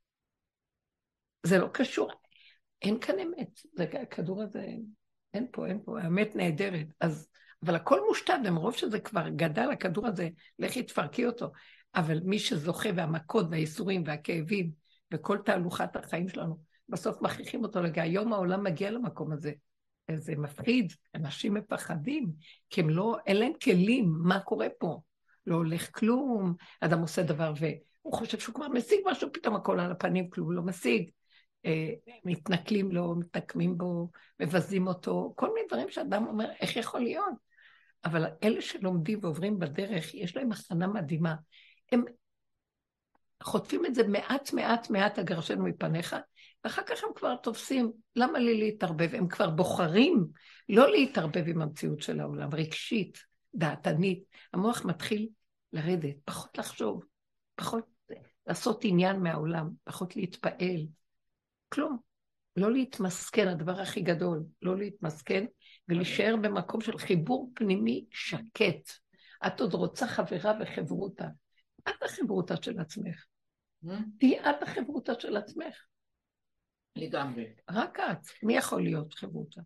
זה לא קשור. אין כאן אמת. הכדור הזה, אין פה, האמת נהדרת. אבל הכל מושתת, ומרוב שזה כבר גדל, הכדור הזה, לכי תפרקי אותו. אבל מי שזוכה והמכות והאיסורים והכאבים, וכל תהלוכת החיים שלנו, בסוף מכריחים אותו היום העולם מגיע למקום הזה. זה מפחיד, אנשים מפחדים, כי אין להם כלים, מה קורה פה? לא הולך כלום, אדם עושה דבר והוא חושב שהוא כבר משיג משהו, פתאום הכל על הפנים, כלום לא משיג, מתנכלים לו, מתנקמים בו, מבזים אותו, כל מיני דברים שאדם אומר, איך יכול להיות? אבל אלה שלומדים ועוברים בדרך, יש להם הכנה מדהימה, הם חוטפים את זה מעט אגרשנו מפניך, ואחר כך הם כבר תופסים, למה לי להתערבב? הם כבר בוחרים לא להתערבב עם המציאות של העולם, רגשית, דעתנית. המוח מתחיל לרדת, פחות לחשוב, פחות לעשות עניין מהעולם, פחות להתפעל. כלום. לא להתמסכן, הדבר הכי גדול, לא להתמסכן, ולהישאר במקום של חיבור פנימי שקט. את עוד רוצה חברה וחברותה. את החברותה של עצמך. תהי את החברותה של עצמך. לגמרי. רק את. מי יכול להיות חברותה?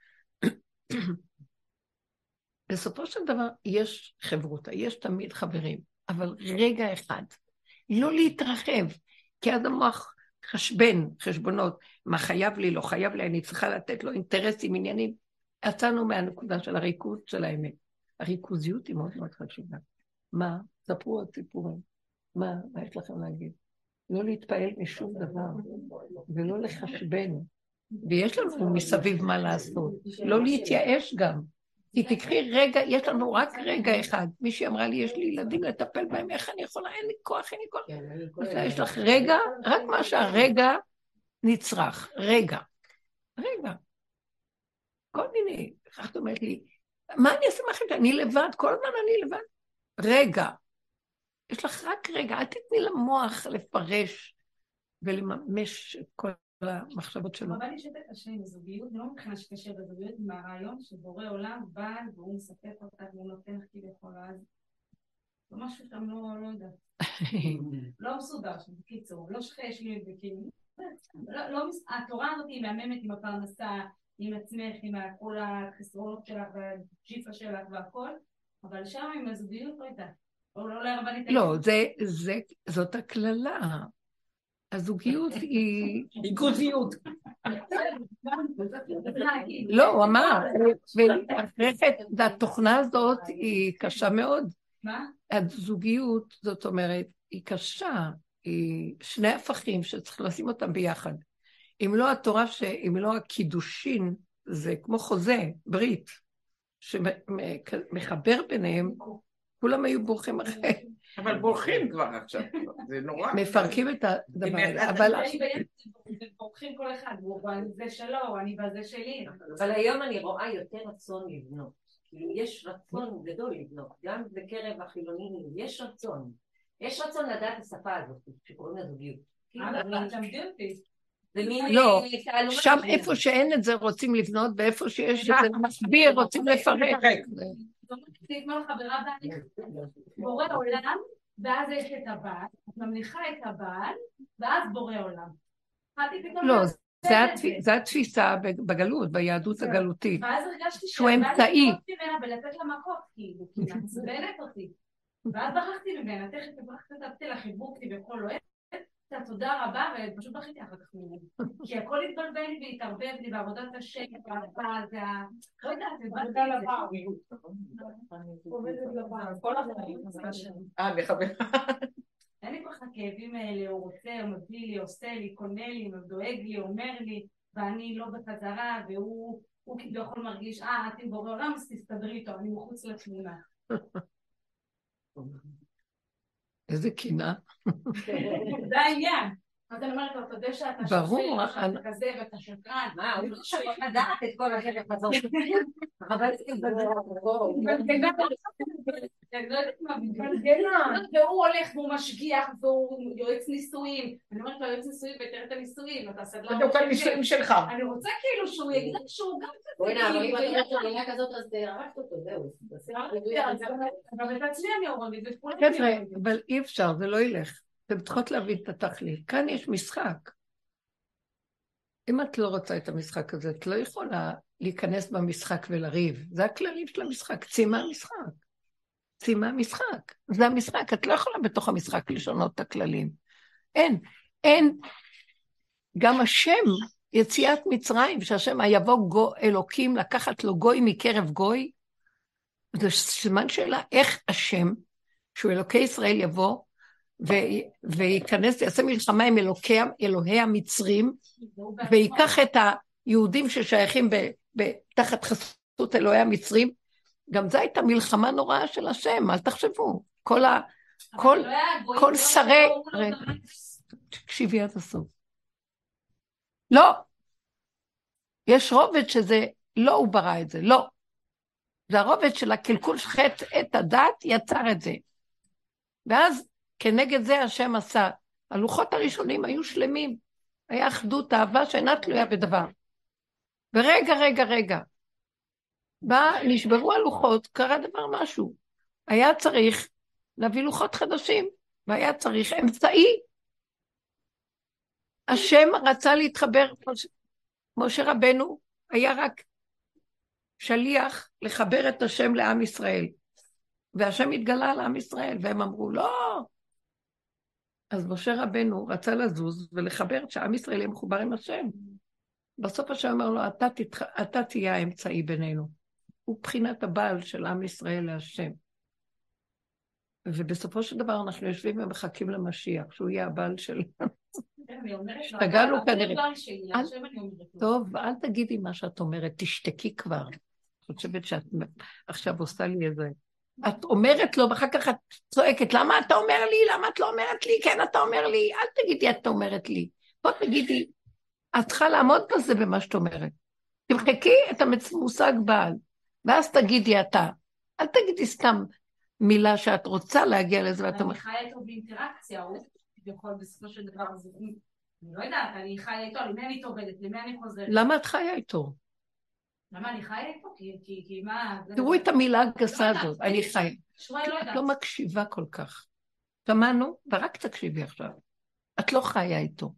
בסופו של דבר יש חברותה, יש תמיד חברים, אבל רגע אחד, לא להתרחב, כי אז המוח חשבונות, מה חייב לי, לא חייב לי, אני צריכה לתת לו אינטרסים, עניינים. יצאנו מהנקודה של הריכוז של האמת. הריכוזיות היא מאוד מאוד חשובה. מה? ספרו עוד סיפורים. מה יש לכם להגיד? לא להתפעל משום דבר, ולא לחשבן. ויש לנו מסביב מה לעשות. לא להתייאש גם. כי תקחי רגע, יש לנו רק רגע אחד. מישהי אמרה לי, יש לי ילדים לטפל בהם, איך אני יכולה? אין לי כוח. יש לך רגע, רק מה שהרגע נצרך. רגע. כל מיני. את אומרת לי, מה אני אעשה מהחיים? אני לבד, כל הזמן אני לבד. רגע. יש לך רק רגע, אל תתני למוח לפרש ולממש את כל המחשבות שלו. אבל יש את השם, זוגיות, זה לא מבחינה שקשר בזוגיות, עם הרעיון שבורא עולם בא והוא מספק אותה והוא נותן לך כביכול, אז זה משהו שם לא יודעת. לא מסודר שם, בקיצור, לא שחש לי וכאילו. התורה הזאת היא מהממת עם הפרנסה, עם עצמך, עם כל החסרונות שלך והג'יפה שלך והכל, אבל שם עם הזוגיות לא הייתה. לא, זאת הכללה. הזוגיות היא... ריכוזיות. לא, הוא אמר, והתוכנה הזאת היא קשה מאוד. מה? הזוגיות, זאת אומרת, היא קשה, היא שני הפכים שצריך לשים אותם ביחד. אם לא התורה, אם לא הקידושין, זה כמו חוזה, ברית, שמחבר ביניהם, כולם היו בורחים אחרי. אבל בורחים כבר עכשיו, זה נורא. מפרקים את הדבר הזה, אבל... בורחים כל אחד, זה שלו, אני בזה שלי. אבל היום אני רואה יותר רצון לבנות. כאילו, יש רצון גדול לבנות, גם בקרב החילונים, יש רצון. יש רצון לדעת השפה הזאת, שקוראים לזוגיות. תמדי אותי. לא, שם איפה שאין את זה רוצים לבנות, ואיפה שיש את זה מסביר, רוצים לפרק. זה כמו חברה בעלי, בורא עולם, ואז יש את הבת, את ממליכה את הבעל, ואז בורא עולם. לא, זה התפיסה בגלות, ביהדות הגלותית. ואז הרגשתי שהוא אמצעי. שבאתי ממנה ולתת לה מכות, כאילו, כי היא מעצבנת אותי. ואז ברחתי ממנה, תכף ברחתי לה, חיבוקתי בכל לא תודה רבה, ופשוט בכיתי אחר כך ממנו. כי הכל התבלבל לי והתערבב לי בעבודת השם, והבא, זה ה... לא יודעת, התבלבל לי. עובדת לבא. כל החיים. מחבר. אין לי ככה כאבים האלה, הוא רוצה, הוא מביא לי, עושה לי, קונה לי, דואג לי, אומר לי, ואני לא בחזרה, והוא כביכול מרגיש, את עם בורא עולם, אז תסתדרי איתו, אני מחוץ לתמונה. איזה קינה. זה העניין. אז אני אומרת, אתה יודע שאתה שופט, שאתה כזה ואתה שקרן. מה, הוא לא שווה לדעת את כל השקף הזאת. אני לא יודעת מה, והוא הולך והוא משגיח והוא יועץ נישואים. אני אומרת לו, יועץ נישואים ותראה את הנישואים, אתה סדלה. בדיוק הנישואים שלך. אני רוצה כאילו שהוא יגיד שהוא גם כזה. בואי נע, אבל אם אתה אומרת לו מילה כזאת, אז תרקת אותו, זהו. אבל את עצמי אני אומרת, חבר'ה, אבל אי אפשר, זה לא ילך. אתם צריכות להבין את התכלית. כאן יש משחק. אם את לא רוצה את המשחק הזה, את לא יכולה להיכנס במשחק ולריב. זה הכללים של המשחק. ציימה משחק. ציימה משחק. זה המשחק. את לא יכולה בתוך המשחק לשנות את הכללים. אין. גם השם, יציאת מצרים, שהשם היבוא אלוקים, לקחת לו גוי מקרב גוי, זה סימן שאלה, איך השם, שהוא אלוקי ישראל יבוא, וייכנס, יעשה מלחמה עם אלוהי המצרים, ויקח את היהודים ששייכים תחת חסות אלוהי המצרים, גם זו הייתה מלחמה נוראה של השם, אל תחשבו, כל שרי, תקשיבי עד הסוף. לא, יש רובד שזה, לא הוא ברא את זה, לא. זה הרובד של הקלקול חטא את הדת, יצר את זה. ואז כנגד זה השם עשה. הלוחות הראשונים היו שלמים. היה אחדות, אהבה שאינה תלויה בדבר. ורגע. נשברו הלוחות, קרה דבר משהו. היה צריך להביא לוחות חדשים, והיה צריך אמצעי. השם רצה להתחבר, משה רבנו היה רק שליח לחבר את השם לעם ישראל. והשם התגלה לעם ישראל, והם אמרו, לא. אז משה רבנו רצה לזוז ולחבר שעם ישראל יהיה מחובר עם השם. בסוף השם אומר לו, אתה תהיה האמצעי בינינו. הוא בחינת הבעל של עם ישראל להשם. ובסופו של דבר אנחנו יושבים ומחכים למשיח, שהוא יהיה הבעל שלנו. השתגענו כנראה. טוב, אל תגידי מה שאת אומרת, תשתקי כבר. אני חושבת שאת עכשיו עושה לי איזה... את אומרת לו, ואחר כך את צועקת, למה אתה אומר לי? למה את לא אומרת לי? כן, אתה אומר לי. אל תגידי, את אומרת לי. בוא תגידי, את צריכה לעמוד בזה במה שאת אומרת. תמחקי את המושג בעל, ואז תגידי אתה. אל תגידי סתם מילה שאת רוצה להגיע לזה. אני חיה איתו באינטראקציה, הוא יכול בסופו של דבר, אני לא יודעת, אני חיה איתו, למי אני עובדת, למי אני חוזרת. למה את חיה איתו? למה אני חיה איתו? כי מה... תראו את המילה הגסה הזאת, אני חיה. את לא מקשיבה כל כך. שמענו, ורק תקשיבי עכשיו. את לא חיה איתו.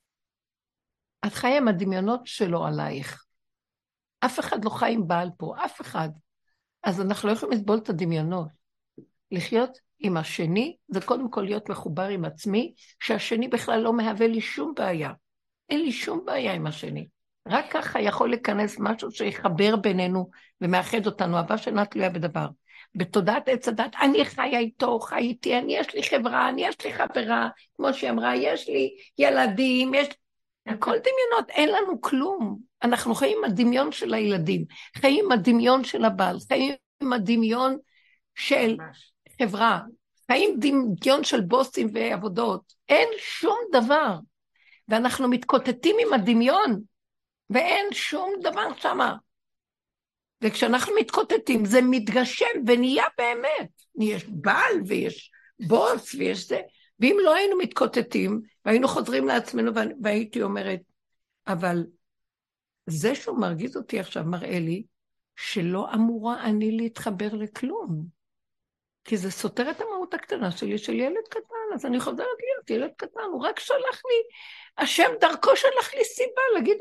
את חיה עם הדמיונות שלו עלייך. אף אחד לא חי עם בעל פה, אף אחד. אז אנחנו לא יכולים לסבול את הדמיונות. לחיות עם השני, זה קודם כל להיות מחובר עם עצמי, שהשני בכלל לא מהווה לי שום בעיה. אין לי שום בעיה עם השני. רק ככה יכול להיכנס משהו שיחבר בינינו ומאחד אותנו, אהבה שאינה תלויה בדבר. בתודעת עץ הדת, אני חיה איתו, חי איתי, יש לי חברה, יש לי חברה, כמו שהיא אמרה, יש לי ילדים, הכל דמיונות, אין לנו כלום. אנחנו חיים עם הדמיון של הילדים, חיים עם הדמיון של הבעל, חיים עם הדמיון של חברה, חיים דמיון של בוסים ועבודות, אין שום דבר. ואנחנו מתקוטטים עם הדמיון, ואין שום דבר שמה. וכשאנחנו מתקוטטים, זה מתגשם ונהיה באמת. יש בעל ויש בוס ויש זה. ואם לא היינו מתקוטטים, והיינו חוזרים לעצמנו, והייתי אומרת, אבל זה שהוא מרגיז אותי עכשיו מראה לי, שלא אמורה אני להתחבר לכלום. כי זה סותר את המהות הקטנה שלי, של ילד קטן, אז אני חוזרת שכחתי, ילד קטן, הוא רק שלח לי, השם דרכו שלח לי סיבה, להגיד,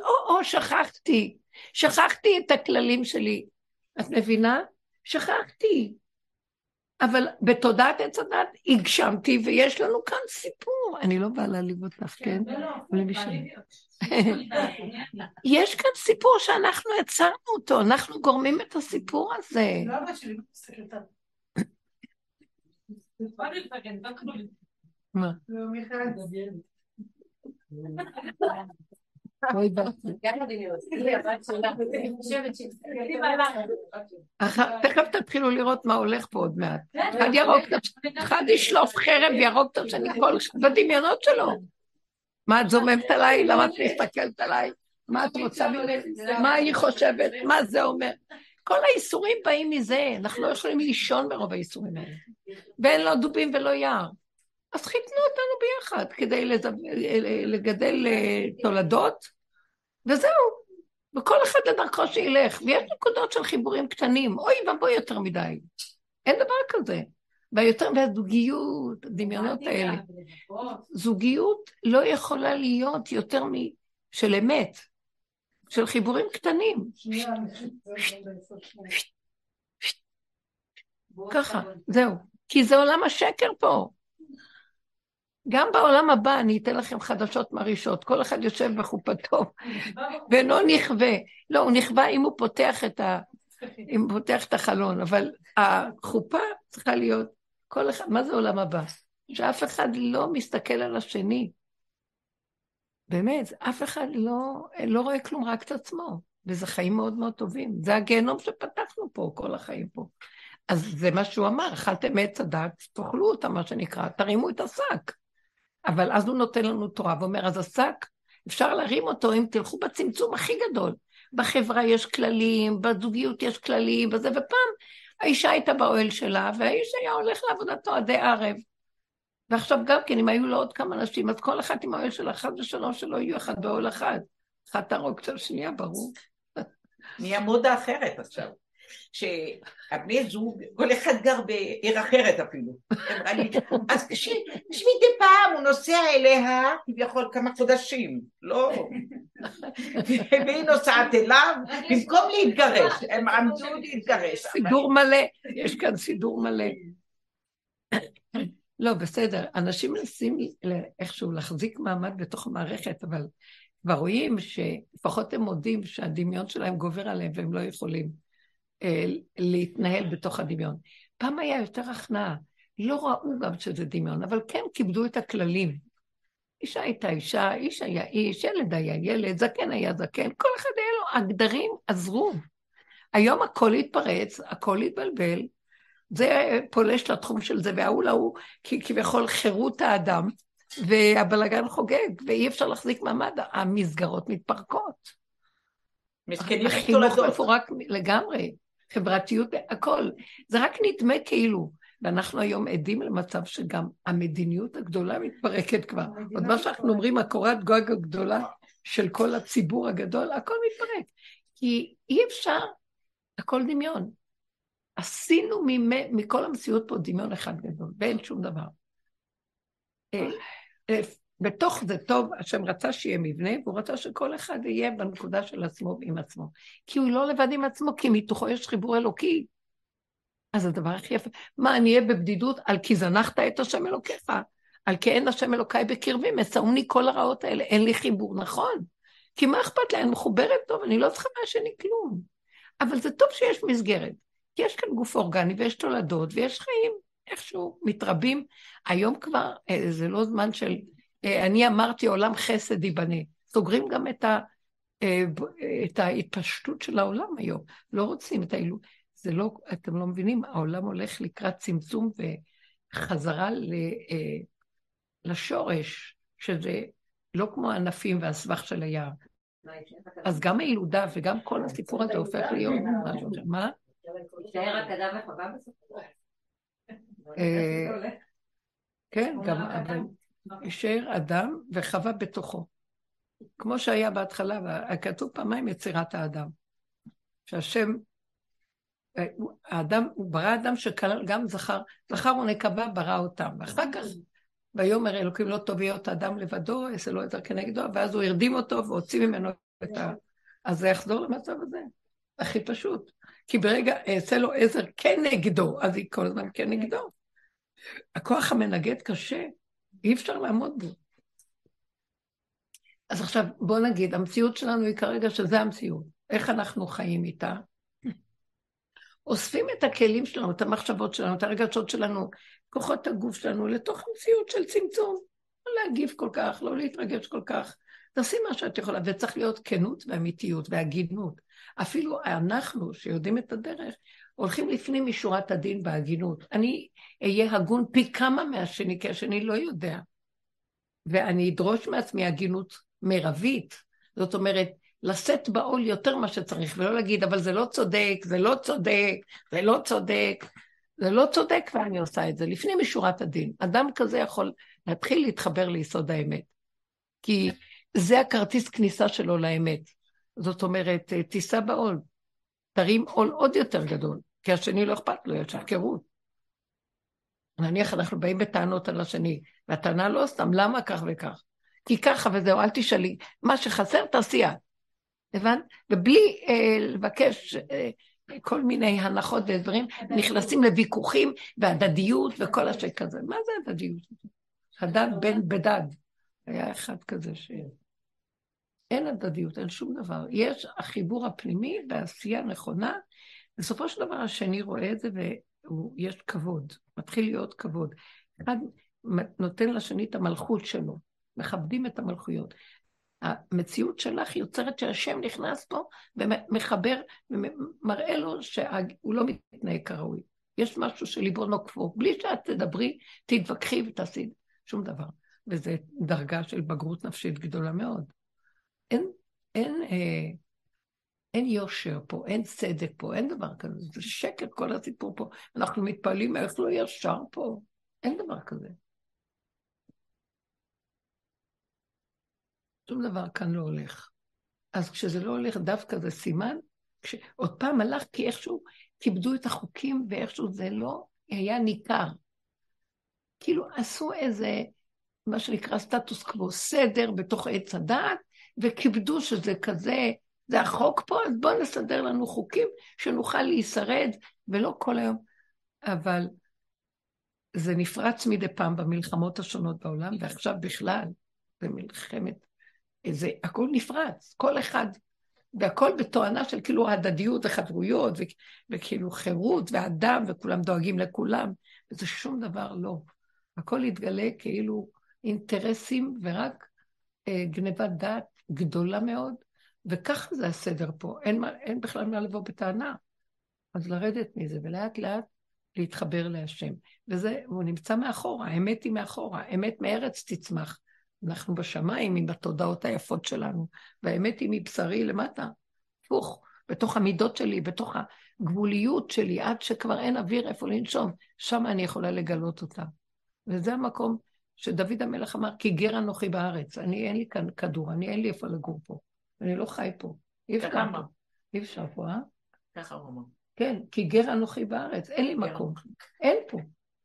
שכחתי את הכללים שלי. את מבינה? שכחתי. אבל בתודעת עץ הדת הגשמתי, ויש לנו כאן סיפור. אני לא באה להעליב אותך, כן? יש כאן סיפור שאנחנו יצרנו אותו, אנחנו גורמים את הסיפור הזה. לא אבא שלי, סקרטר. מה? לא, מיכאל. בואי באתי. תכף תתחילו לראות מה הולך פה עוד מעט. אחד ישלוף חרב וירוג את השני כל בדמיונות שלו. מה את זוממת עליי? למה את מסתכלת עליי? מה את רוצה ממני? מה היא חושבת? מה זה אומר? כל האיסורים באים מזה. אנחנו לא יכולים לישון ברוב האיסורים האלה. ואין לו דובים ולא יער. אז חיתנו אותנו ביחד כדי לגדל תולדות, וזהו. וכל אחד לדרכו שילך. ויש נקודות של חיבורים קטנים. אוי ובואי יותר מדי. אין דבר כזה. והזוגיות, הדמיונות האלה. זוגיות לא יכולה להיות יותר של אמת, של חיבורים קטנים. ככה, זהו. כי זה עולם השקר פה. גם בעולם הבא אני אתן לכם חדשות מרישות. כל אחד יושב בחופתו, ואינו נכווה. לא, הוא נכווה אם הוא פותח את החלון, אבל החופה צריכה להיות כל אחד, מה זה עולם הבא? שאף אחד לא מסתכל על השני. באמת, אף אחד לא רואה כלום, רק את עצמו. וזה חיים מאוד מאוד טובים. זה הגיהנום שפתחנו פה, כל החיים פה. אז זה מה שהוא אמר, אכלתם עץ הדת, תאכלו אותה, מה שנקרא, תרימו את השק. אבל אז הוא נותן לנו תורה, ואומר, אז השק, אפשר להרים אותו אם תלכו בצמצום הכי גדול. בחברה יש כללים, בזוגיות יש כללים, בזה, ופעם האישה הייתה באוהל שלה, והאיש היה הולך לעבודתו עדי ערב. ועכשיו גם כן, אם היו לו עוד כמה נשים, אז כל אחד עם האוהל שלה, אחד ושלום שלא יהיו אחד באוהל אחד. אחד תרוג קצת שנייה, ברור. נהיה מודה אחרת עכשיו. שהבני זוג, כל אחד גר בעיר אחרת אפילו. אז כשמדי פעם הוא נוסע אליה, כביכול כמה חודשים, לא. והיא נוסעת אליו, במקום להתגרש, הם עמדו להתגרש. סידור מלא, יש כאן סידור מלא. לא, בסדר, אנשים מנסים איכשהו להחזיק מעמד בתוך המערכת, אבל כבר רואים שלפחות הם מודים שהדמיון שלהם גובר עליהם, והם לא יכולים להתנהל בתוך הדמיון. פעם היה יותר הכנעה, לא ראו גם שזה דמיון, אבל כן כיבדו את הכללים. אישה הייתה אישה, איש היה איש, ילד היה ילד, זקן היה זקן, כל אחד היה לו, הגדרים עזרו. היום הכל התפרץ, הכל התבלבל, זה פולש לתחום של זה, והוא להוא, כי כביכול חירות האדם, והבלגן חוגג, ואי אפשר להחזיק מעמד, המסגרות מתפרקות. מסכנים החינוך מפורק לגמרי, חברתיות, הכל. זה רק נדמה כאילו, ואנחנו היום עדים למצב שגם המדיניות הגדולה מתפרקת כבר. עוד מה שאנחנו אומרים, הקורת גג הגדולה של כל הציבור הגדול, הכל מתפרק. כי אי אפשר, הכל דמיון. עשינו מכל המציאות פה דמיון אחד גדול, ואין שום דבר. בתוך זה טוב, השם רצה שיהיה מבנה, והוא רצה שכל אחד יהיה בנקודה של עצמו עם עצמו. כי הוא לא לבד עם עצמו, כי מתוכו יש חיבור אלוקי. אז הדבר הכי יפה, מה, אני אהיה בבדידות על כי זנחת את השם אלוקיך, על כי אין השם אלוקיי בקרבי, מסעוני כל הרעות האלה, אין לי חיבור, נכון? כי מה אכפת לי, אני מחוברת טוב, אני לא צריכה מהשני כלום. אבל זה טוב שיש מסגרת, כי יש כאן גוף אורגני, ויש תולדות, ויש חיים, איכשהו מתרבים. היום כבר, זה לא זמן של, אני אמרתי עולם חסד ייבנה, סוגרים גם את ההתפשטות של העולם היום, לא רוצים את האילו, זה לא, אתם לא מבינים, העולם הולך לקראת צמצום וחזרה לשורש, שזה לא כמו הענפים והסבך של היער. אז גם הילודה וגם כל הסיפור הזה הופך להיות משהו אחר. מה? תאר רק אדם וחווה בסופו. כן, גם יישאר אדם וחווה בתוכו. כמו שהיה בהתחלה, כתוב פעמיים יצירת האדם. שהשם, האדם, הוא ברא אדם שכלל גם זכר, זכר ונקבה ברא אותם. ואחר כך ויאמר אלוקים לא טוב להיות האדם לבדו, יעשה לו עזר כנגדו, ואז הוא הרדים אותו והוציא ממנו את ה... אז זה יחזור למצב הזה, הכי פשוט. כי ברגע יעשה לו עזר כנגדו, אז היא כל הזמן כנגדו. הכוח המנגד קשה, אי אפשר לעמוד בו. אז עכשיו בוא נגיד, המציאות שלנו היא כרגע שזה המציאות. איך אנחנו חיים איתה? אוספים את הכלים שלנו, את המחשבות שלנו, את הרגשות שלנו, כוחות הגוף שלנו, לתוך המציאות של צמצום. לא להגיב כל כך, לא להתרגש כל כך. תעשי מה שאת יכולה, וצריך להיות כנות ואמיתיות והגינות. אפילו אנחנו, שיודעים את הדרך, הולכים לפנים משורת הדין בהגינות. אני אהיה הגון פי כמה מהשני, כי השני לא יודע. ואני אדרוש מעצמי הגינות מרבית. זאת אומרת, לשאת בעול יותר מה שצריך, ולא להגיד, אבל זה לא צודק, זה לא צודק, זה לא צודק, זה לא צודק, ואני עושה את זה. לפנים משורת הדין. אדם כזה יכול להתחיל להתחבר ליסוד האמת. כי זה הכרטיס כניסה שלו לאמת. זאת אומרת, תיסע בעול. תרים עול עוד יותר גדול, כי השני לא אכפת לו, יש הפקרות. נניח אנחנו באים בטענות על השני, והטענה לא סתם, למה כך וכך? כי ככה וזהו, אל תשאלי, מה שחסר תעשייה. הבנת? ובלי לבקש כל מיני הנחות ודברים, נכנסים לוויכוחים והדדיות וכל השק כזה. מה זה הדדיות? הדד בן בדד. היה אחד כזה ש... אין הדדיות, אין שום דבר. יש החיבור הפנימי והעשייה נכונה, בסופו של דבר השני רואה את זה ויש כבוד, מתחיל להיות כבוד. אחד נותן לשני את המלכות שלו, מכבדים את המלכויות. המציאות שלך יוצרת שהשם נכנס פה ומחבר ומראה לו שהוא לא מתנהג כראוי. יש משהו שליבו נוקפו, בלי שאת תדברי, תתווכחי ותעשי שום דבר. וזו דרגה של בגרות נפשית גדולה מאוד. אין יושר פה, אין צדק פה, אין דבר כזה, זה שקר כל הסיפור פה. אנחנו מתפעלים איך לא ישר פה, אין דבר כזה. שום דבר כאן לא הולך. אז כשזה לא הולך דווקא זה סימן, עוד פעם הלך כי איכשהו כיבדו את החוקים ואיכשהו זה לא היה ניכר. כאילו עשו איזה, מה שנקרא סטטוס קוו, סדר בתוך עץ הדעת, וכיבדו שזה כזה, זה החוק פה, אז בואו נסדר לנו חוקים שנוכל להישרד, ולא כל היום. אבל זה נפרץ מדי פעם במלחמות השונות בעולם, ועכשיו בכלל, במלחמת, זה הכל נפרץ, כל אחד, והכל בתואנה של כאילו הדדיות וחברויות, וכאילו חירות ואדם, וכולם דואגים לכולם, וזה שום דבר לא. הכל יתגלה כאילו אינטרסים ורק גנבת דעת גדולה מאוד, וככה זה הסדר פה, אין בכלל מה לבוא בטענה. אז לרדת מזה, ולאט לאט להתחבר להשם. וזה, הוא נמצא מאחורה, האמת היא מאחורה, האמת מארץ תצמח. אנחנו בשמיים עם התודעות היפות שלנו, והאמת היא מבשרי למטה, פוך, בתוך המידות שלי, בתוך הגבוליות שלי, עד שכבר אין אוויר איפה לנשום, שם אני יכולה לגלות אותה. וזה המקום שדוד המלך אמר, כי גר אנוכי בארץ, אין לי כאן כדור, אין לי איפה לגור פה, אני לא חי פה. אי אפשר פה, אה? ככה הוא אמר. כן, כי גר אנוכי בארץ, אין לי מקום, אין פה.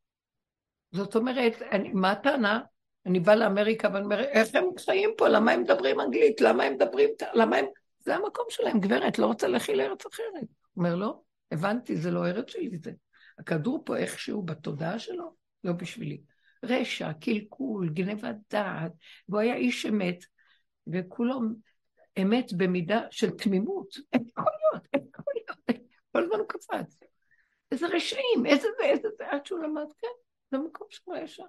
זאת אומרת, מה הטענה? אני באה לאמריקה ואני אומר, איך הם חיים פה? למה הם מדברים אנגלית? למה הם מדברים... זה המקום שלהם, גברת, לא רוצה להכיל לארץ אחרת. הוא אומר, לא, הבנתי, זה לא ארץ שלי, זה. הכדור פה איכשהו בתודעה שלו, לא בשבילי. רשע, קלקול, גנבת דעת, והוא היה איש אמת, וכולו אמת במידה של תמימות. אין יכול להיות. כל הזמן הוא קפץ. איזה רשעים, איזה זה, עד שהוא למד, כן, זה מקום של רשע.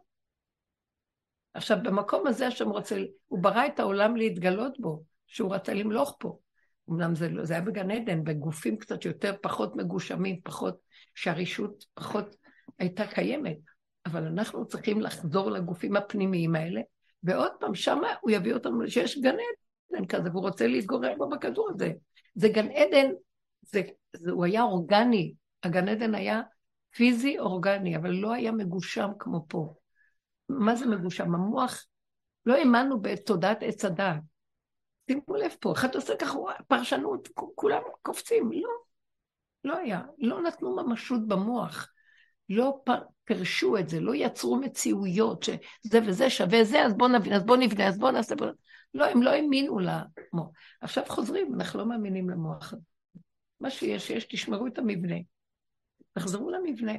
עכשיו, במקום הזה השם רוצה, הוא ברא את העולם להתגלות בו, שהוא רצה למלוך פה. אמנם זה היה בגן עדן, בגופים קצת יותר, פחות מגושמים, פחות, שהרישות פחות הייתה קיימת. אבל אנחנו צריכים לחזור לגופים הפנימיים האלה, ועוד פעם, שמה הוא יביא אותנו, שיש גן עדן כזה, והוא רוצה להתגורר בו בכדור הזה. זה גן עדן, הוא היה אורגני, הגן עדן היה פיזי אורגני, אבל לא היה מגושם כמו פה. מה זה מגושם? המוח, לא האמנו בתודעת עץ הדעת. שימו לב פה, אחד עושה ככה פרשנות, כולם קופצים, לא היה, לא נתנו ממשות במוח. לא פרשו את זה, לא יצרו מציאויות שזה וזה שווה זה, אז בוא נבין, אז בוא נבנה, אז בוא נעשה, לא, הם לא האמינו למוח. עכשיו חוזרים, אנחנו לא מאמינים למוח. מה שיש, תשמרו את המבנה. תחזרו למבנה.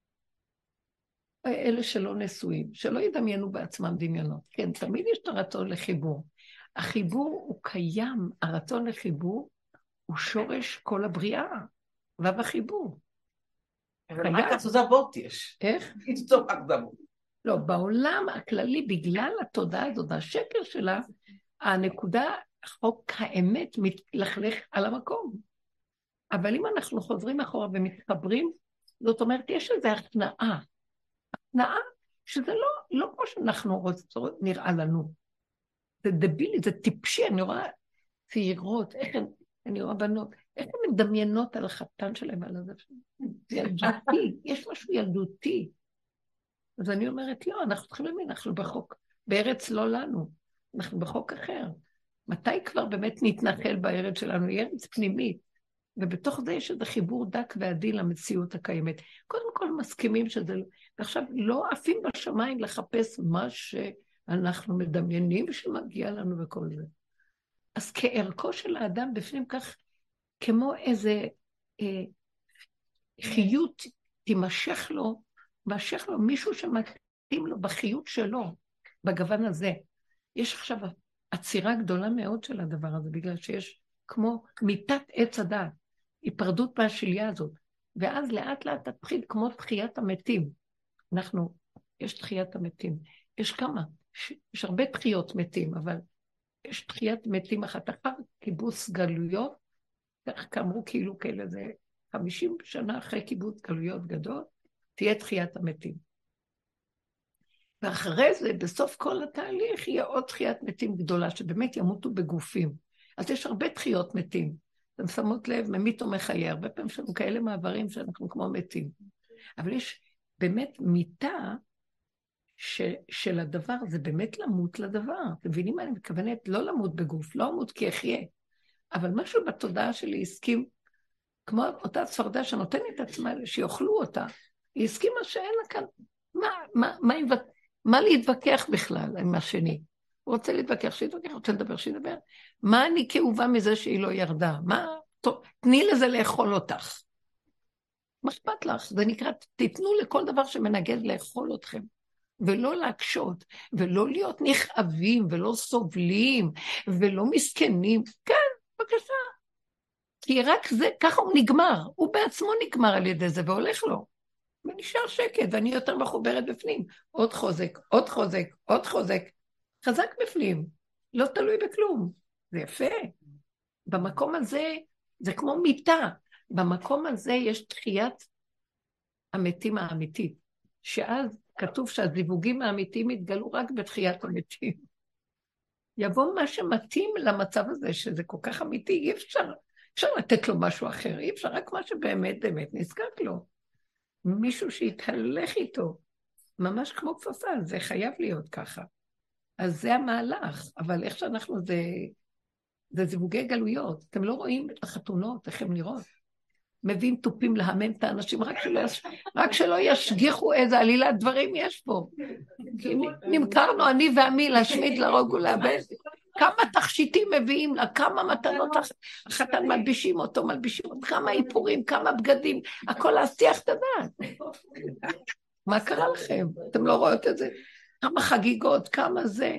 אלה שלא נשואים, שלא ידמיינו בעצמם דמיונות. כן, תמיד יש את הרצון לחיבור. החיבור הוא קיים, הרצון לחיבור הוא שורש כל הבריאה, והחיבור. אבל רק אכזבות יש. איך? תצטוף אכזבות. לא, בעולם הכללי, בגלל התודעה הזאת, השקר שלה, הנקודה, חוק האמת מתלכלך על המקום. אבל אם אנחנו חוזרים אחורה ומתחברים, זאת אומרת, יש איזו הכנעה. הכנעה שזה לא כמו שאנחנו רוצים, נראה לנו. זה דבילי, זה טיפשי, אני רואה צעירות, אני רואה בנות, איך הן מדמיינות על החתן שלהם, על הזה שלהם? זה ילדותי, יש משהו ילדותי. אז אני אומרת, לא, אנחנו צריכים להאמין, אנחנו בחוק, בארץ לא לנו, אנחנו בחוק אחר. מתי כבר באמת נתנחל בארץ שלנו? היא ארץ פנימית, ובתוך זה יש איזה חיבור דק ועדין למציאות הקיימת. קודם כל מסכימים שזה, ועכשיו לא עפים בשמיים לחפש מה שאנחנו מדמיינים שמגיע לנו וכל זה. אז כערכו של האדם בפנים כך, כמו איזה חיות תימשך לו, משך לו מישהו שמתאים לו בחיות שלו, בגוון הזה. יש עכשיו עצירה גדולה מאוד של הדבר הזה, בגלל שיש כמו מיטת עץ הדעת, היפרדות מהשליה הזאת, ואז לאט לאט תתחיל כמו תחיית המתים. יש תחיית המתים, יש כמה, יש הרבה תחיות מתים, אבל יש תחיית מתים אחת אחר קיבוץ גלויות, כך כאמרו כאילו כאלה זה 50 שנה אחרי קיבוץ גלויות גדול, תהיה תחיית המתים. ואחרי זה, בסוף כל התהליך, יהיה עוד תחיית מתים גדולה, שבאמת ימותו בגופים. אז יש הרבה תחיות מתים. אתם שמות לב, ממית או מחיה, הרבה פעמים שלנו כאלה מעברים שאנחנו כמו מתים. אבל יש באמת מיטה של הדבר, זה באמת למות לדבר. אתם מבינים מה אני מתכוונת? לא למות בגוף, לא למות כי אחיה. אבל משהו בתודעה שלי הסכים, כמו אותה צפרדע שנותנת את עצמה, שיאכלו אותה, היא הסכימה שאין לה כאן, מה להתווכח בכלל עם השני? הוא רוצה להתווכח, שיתווכח, רוצה לדבר, שידבר. מה אני כאובה מזה שהיא לא ירדה? תני לזה לאכול אותך. מה אכפת לך? זה נקרא, תיתנו לכל דבר שמנגד לאכול אתכם, ולא להקשות, ולא להיות נכאבים, ולא סובלים, ולא מסכנים. כן, בבקשה. כי רק זה, ככה הוא נגמר. הוא בעצמו נגמר על ידי זה, והולך לו. ונשאר שקט, ואני יותר מחוברת בפנים. עוד חוזק, עוד חוזק, עוד חוזק. חזק בפנים. לא תלוי בכלום. זה יפה. במקום הזה, זה כמו מיטה. במקום הזה יש תחיית המתים האמיתית. שאז כתוב שהזיווגים האמיתיים יתגלו רק בתחיית המתים. יבוא מה שמתאים למצב הזה, שזה כל כך אמיתי, אי אפשר לתת לו משהו אחר, אי אפשר רק מה שבאמת באמת נזקק לו. מישהו שיתהלך איתו, ממש כמו כפפה, זה חייב להיות ככה. אז זה המהלך, אבל איך שאנחנו, זה זיווגי גלויות. אתם לא רואים את החתונות, איך הם נראות. מביאים טופים להמם את האנשים, רק שלא ישגיחו איזה עלילת דברים יש פה. כי נמכרנו אני ועמי להשמיד, להרוג ולאבד. כמה תכשיטים מביאים לה, כמה מתנות החתן מלבישים אותו, כמה איפורים, כמה בגדים, הכל להסיח את הדעת. מה קרה לכם? אתם לא רואות את זה? כמה חגיגות, כמה זה.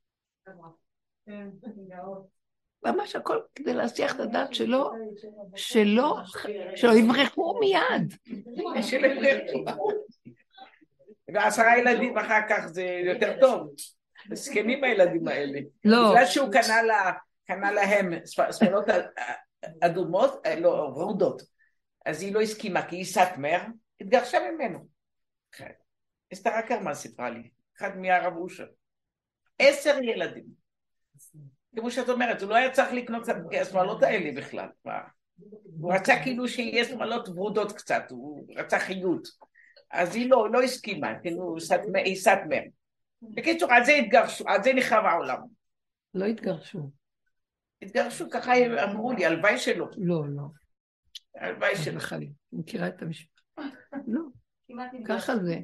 ממש הכל כדי להסיח את הדעת שלא יברחו מיד. שלא יברחו. ו10 ילדים אחר כך זה יותר טוב. מסכנים הילדים האלה. לא. בגלל שהוא קנה להם שמלות אדומות, לא, ורודות. אז היא לא הסכימה, כי היא סטמר, התגרשה ממנו. אסתר אקרמן סיפרה לי, אחד מהרב אושר. 10 ילדים. כמו שאת אומרת, הוא לא היה צריך לקנות את השמלות האלה בכלל. הוא רצה כאילו שיהיה שמלות ורודות קצת, הוא רצה חיות. אז היא לא הסכימה, כאילו היא סטמר. בקיצור, על זה התגרשו, על זה נחרב העולם. לא התגרשו. התגרשו, ככה אמרו לי, הלוואי שלו. לא. הלוואי שלו. מכירה את המשפט. לא. ככה זה.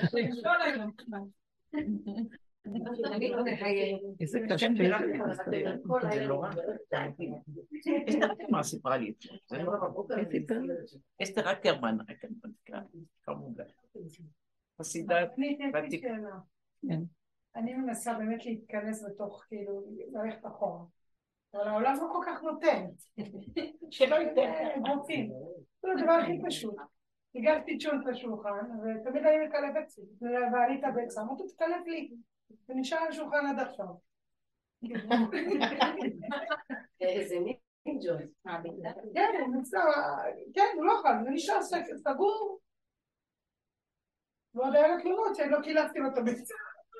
איזה קשה. זה לא רע. מה סיפרה לי? אסתר אקרמן, כמובן. חסידה ותיקה. אני מנסה באמת להתכנס בתוך, כאילו, ללכת אחורה. אבל העולם לא כל כך נותן. שלא ייתן. הם רוצים. זה הדבר הכי פשוט. הגשתי צ'ונט לשולחן, ותמיד אני מקלפת לבעלי את הביצה, אמרתי, תקלף לי. ונשאר על השולחן עד עכשיו. איזה נינג'ות. כן, הוא לא יכול, זה נשאר סגור. ועוד היה לו תלונות שאני לא קילפתי לו את הביצה.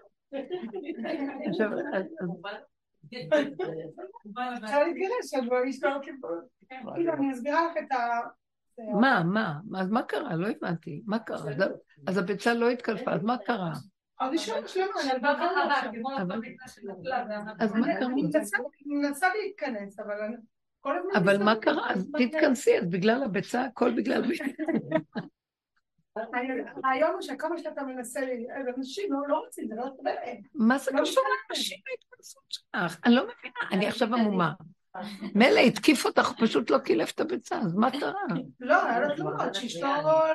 אפשר להתגרש, אז בואי ישתור כיפור. כאילו, אני אסבירה לך את ה... מה קרה? לא הבנתי. מה קרה? אז הביצה לא התקלפה, אז מה קרה? אז נשאר שלמה, אני על בקרה עכשיו. אז מה קרה? אני מנסה להתכנס, אבל כל הזמן... אבל מה קרה? אז תתכנסי, אז בגלל הביצה, הכל בגלל ביצה. הרעיון הוא שכמה שאתה מנסה, אנשים לא רוצים, זה לא טוב להם. מה זה קשור לאנשים ההתכנסות שלך? אני לא מבינה, אני עכשיו עמומה. מילא התקיף אותך, פשוט לא קילף את הביצה, אז מה קרה? לא, היה לו תלונות, שאשתו...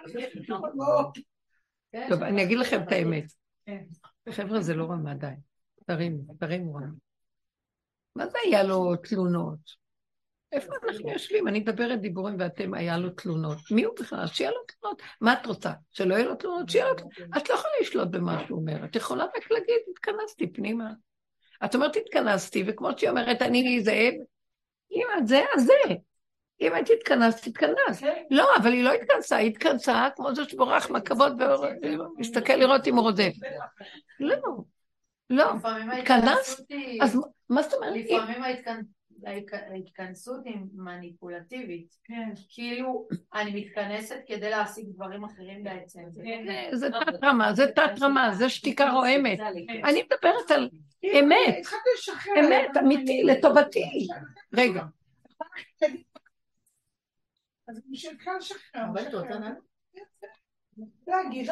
טוב, אני אגיד לכם את האמת. חבר'ה, זה לא רמה, די. תרימו רמה. מה זה היה לו תלונות? איפה אנחנו יושבים? אני מדברת דיבורים ואתם היה לו תלונות. מי הוא בכלל? שיהיה לו תלונות. מה את רוצה? שלא יהיה לו תלונות? שיהיה לו תלונות. את לא יכולה לשלוט במה שהוא אומר. את יכולה רק להגיד, התכנסתי פנימה. את אומרת, התכנסתי, וכמו שהיא אומרת, אני זה, אם את זה, אז זה. אם את התכנסת, תתכנס. לא, אבל היא לא התכנסה, היא התכנסה כמו זה שבורח מהכבוד ומסתכל לראות אם הוא רודף. לא, התכנס? אז מה זאת אומרת? לפעמים ההתכנסות היא מניפולטיבית. כאילו, אני מתכנסת כדי להשיג דברים אחרים בעצם. זה תת-רמה, זה שתיקה רועמת. אני מדברת על אמת, אמת, אמיתי, לטובתי. רגע. אז אני שלך לשחרר. אבל אתה רוצה נענה? להגיד,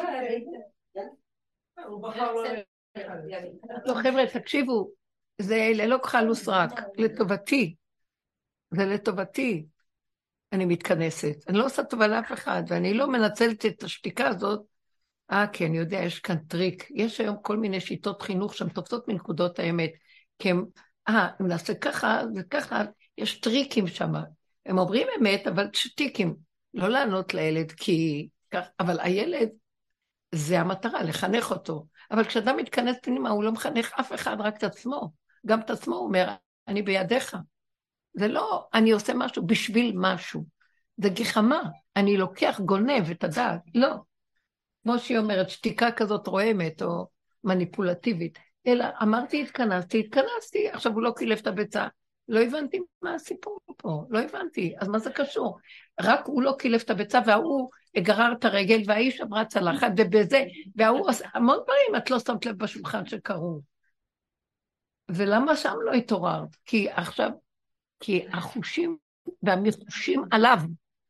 לא, חבר'ה, תקשיבו, זה ללא כחל וסרק, לטובתי. זה לטובתי. אני מתכנסת. אני לא עושה טובה לאף אחד, ואני לא מנצלת את השתיקה הזאת. כי אני יודע, יש כאן טריק. יש היום כל מיני שיטות חינוך שהן תופסות מנקודות האמת. כי הם, אם נעשה ככה, זה ככה, יש טריקים שם. הם אומרים אמת, אבל שטיקים. לא לענות לילד, כי... אבל הילד, זה המטרה, לחנך אותו. אבל כשאדם מתכנס פנימה, הוא לא מחנך אף אחד, רק את עצמו. גם את עצמו הוא אומר, אני בידיך. זה לא, אני עושה משהו בשביל משהו. זה גחמה. אני לוקח, גונב את הדעת. לא. כמו שהיא אומרת, שתיקה כזאת רועמת או מניפולטיבית. אלא אמרתי, התכנסתי, עכשיו הוא לא קילף את הביצה. לא הבנתי מה הסיפור פה, לא הבנתי. אז מה זה קשור? רק הוא לא קילף את הביצה, והוא גרר את הרגל, והאיש עברה צלחת, ובזה, והוא עושה המון דברים, את לא שמת לב בשולחן שקרו. ולמה שם לא התעוררת? כי החושים והמחושים עליו,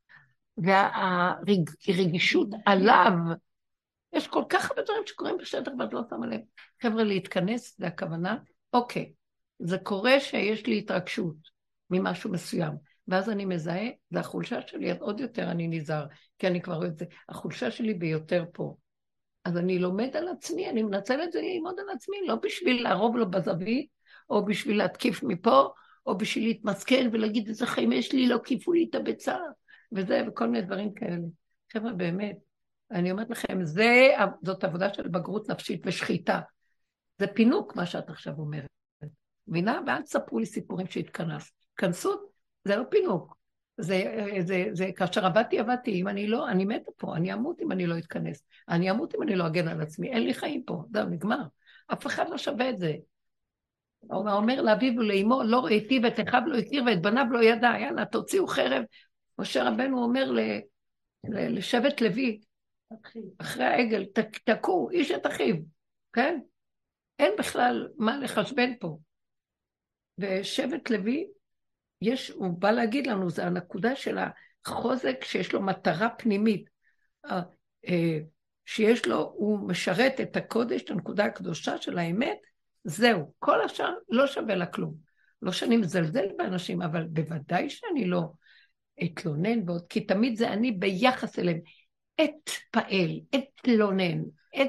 והרגישות עליו, יש כל כך הרבה דברים שקורים בשטח, ואת לא שמה לב. חבר'ה, להתכנס, זה הכוונה, אוקיי. זה קורה שיש לי התרגשות ממשהו מסוים, ואז אני מזהה, זה החולשה שלי, אז עוד יותר אני נזהר, כי אני כבר רואה את זה, החולשה שלי ביותר פה. אז אני לומד על עצמי, אני מנצל את זה ללמוד על עצמי, לא בשביל לערוב לו בזווית, או בשביל להתקיף מפה, או בשביל להתמסכן ולהגיד איזה חיים יש לי, לא קיפו לי את הביצה, וזה, וכל מיני דברים כאלה. חבר'ה, באמת, אני אומרת לכם, זאת עבודה של בגרות נפשית ושחיטה. זה פינוק, מה שאת עכשיו אומרת. מבינה? ואל תספרו לי סיפורים שהתכנס. התכנסות זה לא פינוק. זה כאשר עבדתי, אם אני לא, אני מתה פה, אני אמות אם אני לא אתכנס. אני אמות אם אני לא אגן על עצמי, אין לי חיים פה, זהו, נגמר. אף אחד לא שווה את זה. הוא אומר לאביו ולאמו, לא ראיתי ואת אחיו לא הכיר ואת בניו לא ידע, יאללה, תוציאו חרב. משה רבנו אומר לשבט לוי, אחרי העגל, תקעו, איש את אחיו, כן? אין בכלל מה לחשבן פה. ושבט לוי, הוא בא להגיד לנו, זה הנקודה של החוזק שיש לו מטרה פנימית. שיש לו, הוא משרת את הקודש, את הנקודה הקדושה של האמת, זהו. כל השאר לא שווה לה כלום. לא שאני מזלזל באנשים, אבל בוודאי שאני לא אתלונן ועוד, כי תמיד זה אני ביחס אליהם. אתפעל, אתלונן,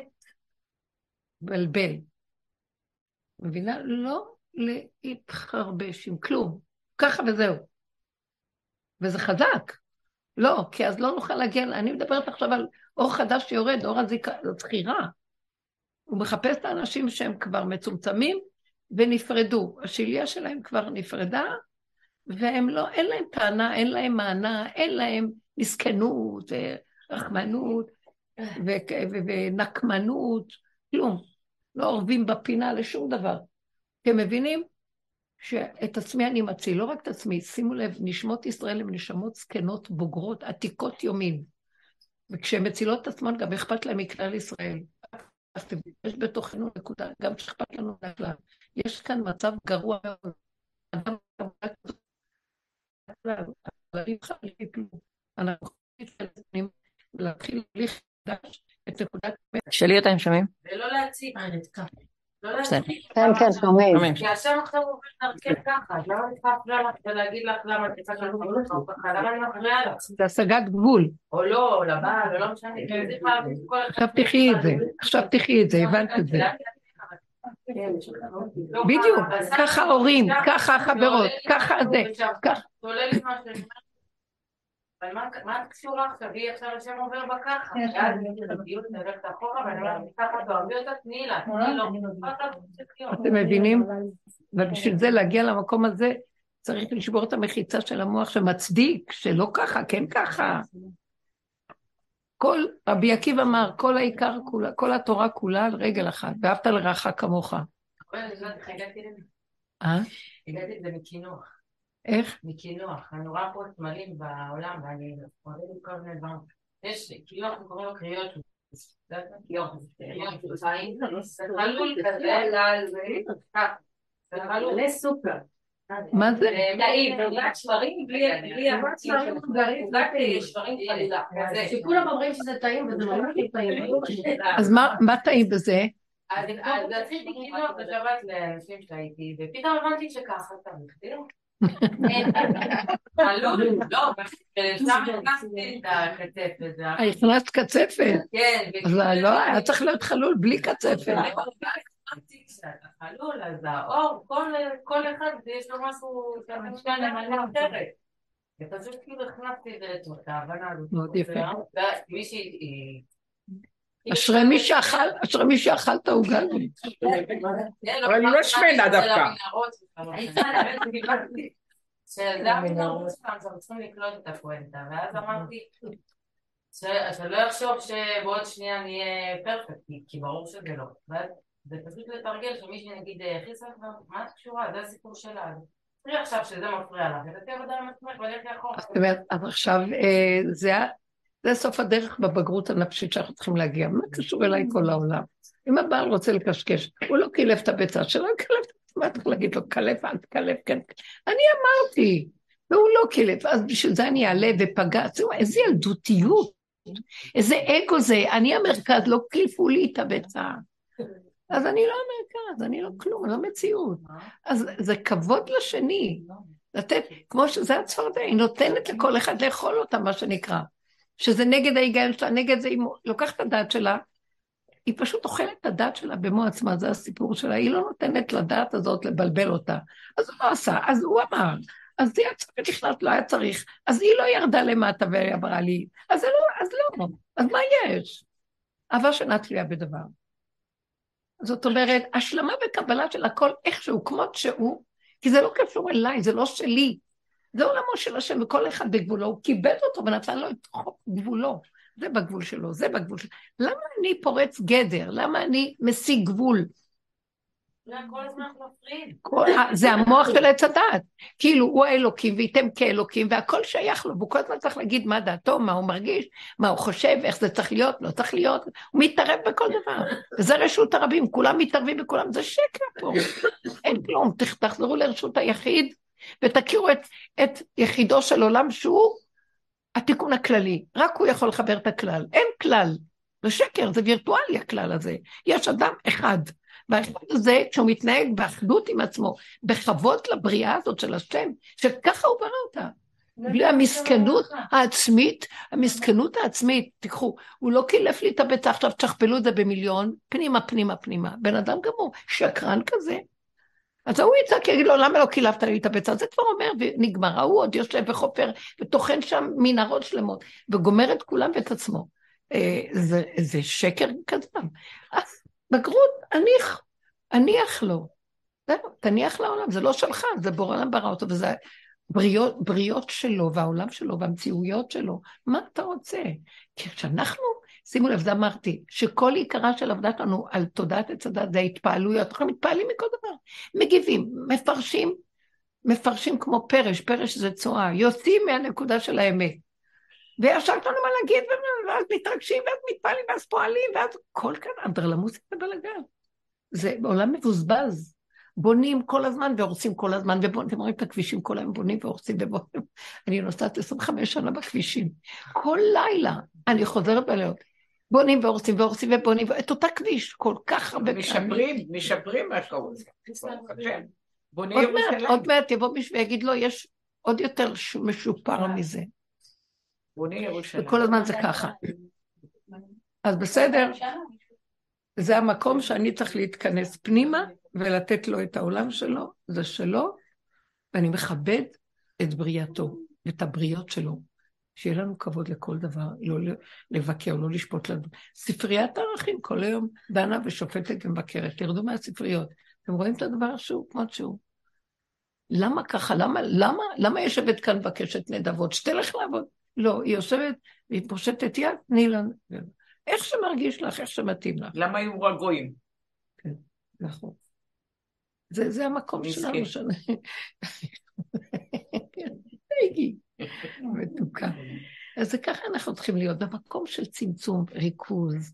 אתבלבל. מבינה? לא להתחרבש עם כלום. ככה וזהו. וזה חזק. לא, כי אז לא נוכל להגיע, אני מדברת עכשיו על אור חדש שיורד, אור הזכירה. הוא מחפש את האנשים שהם כבר מצומצמים ונפרדו. השיליה שלהם כבר נפרדה, והם לא, אין להם טענה, אין להם מענה, אין להם מסכנות ורחמנות ונקמנות, כלום. לא עורבים בפינה לשום דבר. אתם מבינים? שאת עצמי אני מציל, לא רק את עצמי, שימו לב, נשמות ישראל הן נשמות זקנות, בוגרות, עתיקות יומין. וכשהן מצילות את עצמן, גם אכפת להם מכלל ישראל. יש בתוכנו נקודה, גם שאכפת לנו לכלל. יש כאן מצב גרוע מאוד. אדם אנחנו יכולים להתחיל להליך חדש את נקודת... שלי אותם שומעים? ולא להציג. לא להציג. כן, כן, שומעים. כי השם עכשיו עובר דרכך ככה, אז למה אני צריכה להפריע לך ולהגיד לך למה אני צריכה שלנו ככה, למה אני מפריעה לך? זה השגת גבול. או לא, או לבעל, או לא משנה. עכשיו תחי את זה, עכשיו תחי את זה, הבנת את זה. בדיוק, ככה הורים, ככה החברות, ככה זה, ככה. תולה לי מה שאני אומרת. אבל מה את קשורה עכשיו? היא עכשיו השם עובר בה ככה. אז בדיוק נלכת אחורה, ואני אומרת, ככה תאהבי אותה, תני לה, תני לו. אתם מבינים? ובשביל זה להגיע למקום הזה, צריך לשבור את המחיצה של המוח שמצדיק, שלא ככה, כן ככה. רבי עקיבא אמר, כל העיקר כולה, כל התורה כולה על רגל אחת, ואהבת לרעך כמוך. הגעתי לזה מקינוח. איך? מקינוח. אני רואה פה סמלים בעולם, ואני רואה לי כל מיני דברים. יש, כאילו אנחנו קוראים לו קריאות. זה קריאות. זה חלול כזה, זה חלול. זה סופר. מה זה? נעים, רק שברים בלי רק שברים חלילה. שכולם אומרים שזה טעים וזה ממש טעים. אז מה טעים בזה? אז עשיתי קינוח בשבת לאנשים שהייתי, ופתאום הבנתי שככה צריך, תראו. חלול, לא, ושם הכנסתי את הקצפת. הכנסת קצפת? כן. אז לא, היה צריך להיות חלול בלי קצפת. החלול, אז האור, כל אחד יש לו משהו שהמשכן למלא אחרת. ופשוט כאילו הכנסתי את זה לתוך ההבנה הזאת. מאוד יפה. מישהי... אשרי מי שאכל את העוגה. אבל אני לא שמנה דווקא. שזה המנהרות שלנו, שאנחנו צריכים לקלוט את הפואנטה, ואז אמרתי שאתה לא יחשוב שבעוד שנייה נהיה פרפקט, כי ברור שזה לא. זה פשוט לתרגל שמישהי נגיד הכניסה, מה את קשורה? זה הסיפור שלה. תראי עכשיו שזה מפריע לך, ותתי עבודה עם עצמך ולכי אחורה. זאת אומרת, אז עכשיו זה סוף הדרך בבגרות הנפשית שאנחנו צריכים להגיע. מה קשור אליי כל העולם? אם הבעל רוצה לקשקש, הוא לא קילף את הביצה שלו, הוא קילף את הביצה, מה צריך להגיד לו? קלף, אל תקלף, כן. אני אמרתי, והוא לא קילף, אז בשביל זה אני אעלה ופגע. איזה ילדותיות, איזה אגו זה, אני המרכז, לא קילפו לי את הביצה. אז אני לא המרכז, אני לא כלום, אני לא מציאות. אז זה כבוד לשני. לתת, כמו שזה הצפרדע, היא נותנת לכל אחד לאכול אותה, מה שנקרא. שזה נגד ההיגיון שלה, נגד זה, היא לוקחת את הדעת שלה, היא פשוט אוכלת את הדעת שלה במו עצמה, זה הסיפור שלה, היא לא נותנת לדעת הזאת לבלבל אותה. אז הוא לא עשה, אז הוא אמר, אז זה יצא ונכנס, לא היה צריך, אז היא לא ירדה למטה והיא אמרה לי, אז לא, אז מה יש? אהבה שאינה תלויה בדבר. זאת אומרת, השלמה וקבלה של הכל איכשהו, כמות שהוא, כי זה לא קשור אליי, זה לא שלי, זה עולמו של השם, וכל אחד בגבולו, הוא קיבל אותו ונתן לו את חוק גבולו, זה בגבול שלו, זה בגבול שלו. למה אני פורץ גדר? למה אני משיג גבול? כל הזמן מפריד. זה המוח של עץ הדעת. כאילו, הוא האלוקים, ואיתם כאלוקים, והכל שייך לו, והוא כל הזמן צריך להגיד מה דעתו, מה הוא מרגיש, מה הוא חושב, איך זה צריך להיות, לא צריך להיות, הוא מתערב בכל דבר. וזה רשות הרבים, כולם מתערבים בכולם, זה שקר פה. אין כלום, תחזרו לרשות היחיד, ותכירו את יחידו של עולם שהוא התיקון הכללי. רק הוא יכול לחבר את הכלל. אין כלל. זה שקר, זה וירטואלי הכלל הזה. יש אדם אחד, והאחד הזה, כשהוא מתנהג באחדות עם עצמו, בכבוד לבריאה הזאת של השם, שככה הוא ברא אותה. בלי המסכנות העצמית, תיקחו, הוא לא קילף לי את הביצה, עכשיו תשכפלו את זה במיליון, פנימה, בן אדם גמור, שקרן כזה. אז הוא יצא, יגיד לו, למה לא קילפת לי את הביצה? זה כבר אומר, ונגמר, הוא עוד יושב וחופר, וטוחן שם מנהרות שלמות, וגומר את כולם ואת עצמו. זה שקר כזב. אז בגרות, הניח לו. תניח לעולם, זה לא שלך, זה בורא עולם ברא אותו, וזה בריות שלו, והעולם שלו, והמציאויות שלו. מה אתה רוצה? כי כשאנחנו, שימו לב, זה אמרתי, שכל עיקרה של עבודה שלנו על תודעת הצדת, זה ההתפעלויות, אנחנו מתפעלים מכל דבר, מגיבים, מפרשים כמו פרש זה צועה, יוצאים מהנקודה של האמת. וישר לנו מה להגיד, ואז מתרגשים, ואז מתפעלים, ואז פועלים, ואז כל כאן, אנדרלמוסיה ובלגן. זה בעולם מבוזבז. בונים כל הזמן והורסים כל הזמן, ואתם רואים את הכבישים כל היום בונים והורסים ובונים. אני נוסעת 25 שנה בכבישים. כל לילה אני חוזרת בלילות. בונים והורסים ובונים, את אותה כביש, כל כך הרבה... משפרים מה שקורה. עוד מעט יבוא מישהו ויגיד לו, יש עוד יותר משופר מזה. וכל הזמן זה ככה. אז בסדר, זה המקום שאני צריך להתכנס פנימה, ולתת לו את העולם שלו, זה שלו, ואני מכבד את בריאתו, את הבריות שלו, שיהיה לנו כבוד לכל דבר, לא לבקר, לא לשפוט לנו. ספריית הערכים כל היום דנה ושופטת ומבקרת, תרדו מהספריות. אתם רואים את הדבר שהוא כמו שהוא? למה ככה? למה יושבת כאן מבקשת נדבות? שתלך לעבוד. לא, היא יושבת והיא פושטת יד, תני לנו. איך שמרגיש לך, איך שמתאים לך. למה היו רגועים? כן, נכון. זה המקום שלנו שאני... תגידי, מתוקה. אז זה ככה אנחנו צריכים להיות, במקום של צמצום, ריכוז,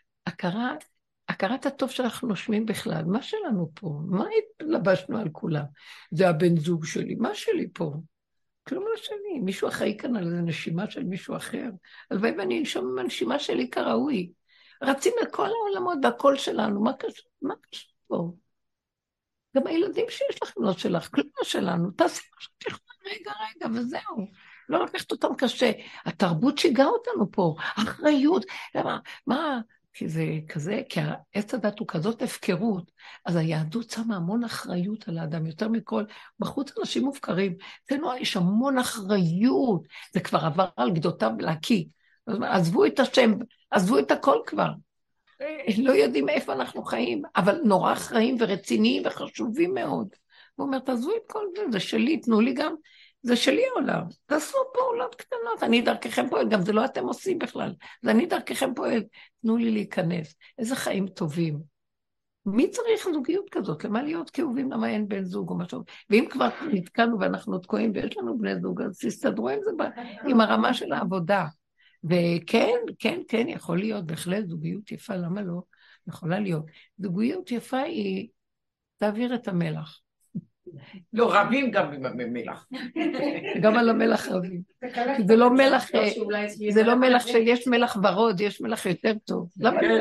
הכרת הטוב שאנחנו נושמים בכלל, מה שלנו פה? מה התלבשנו על כולם? זה הבן זוג שלי, מה שלי פה? כלום לא שלי, מישהו אחראי כאן על נשימה של מישהו אחר, הלוואי ואני אנשום עם הנשימה שלי כראוי. רצים לכל העולמות והכל שלנו, מה קשור פה? גם הילדים שיש לכם לא שלך, כלום לא שלנו, תעשי מה שתכנן, רגע, וזהו. לא לקחת אותם קשה. התרבות שיגעה אותנו פה, אחריות, מה? כי זה כזה, כי העץ הדת הוא כזאת הפקרות, אז היהדות שמה המון אחריות על האדם, יותר מכל, בחוץ אנשים מופקרים, אצלנו יש המון אחריות, זה כבר עבר על גדותיו להקיא, עזבו את השם, עזבו את הכל כבר, לא יודעים איפה אנחנו חיים, אבל נורא אחראים ורציניים וחשובים מאוד. הוא אומר, תעזבו את כל זה, זה שלי, תנו לי גם, זה שלי העולם, תעשו פעולות קטנות, אני דרככם פועל, גם זה לא אתם עושים בכלל, זה אני דרככם פועל, תנו לי להיכנס, איזה חיים טובים. מי צריך זוגיות כזאת? למה להיות כאובים? למה אין בן זוג או משהו? ואם כבר נתקענו ואנחנו תקועים ויש לנו בני זוג, אז תסתדרו עם זה עם הרמה של העבודה. וכן, יכול להיות בהחלט זוגיות יפה, למה לא? יכולה להיות. זוגיות יפה היא תעביר את המלח. לא, רבים גם עם המלח. גם על המלח רבים. זה לא מלח, זה לא מלח שיש מלח ורוד, יש מלח יותר טוב. למה לא?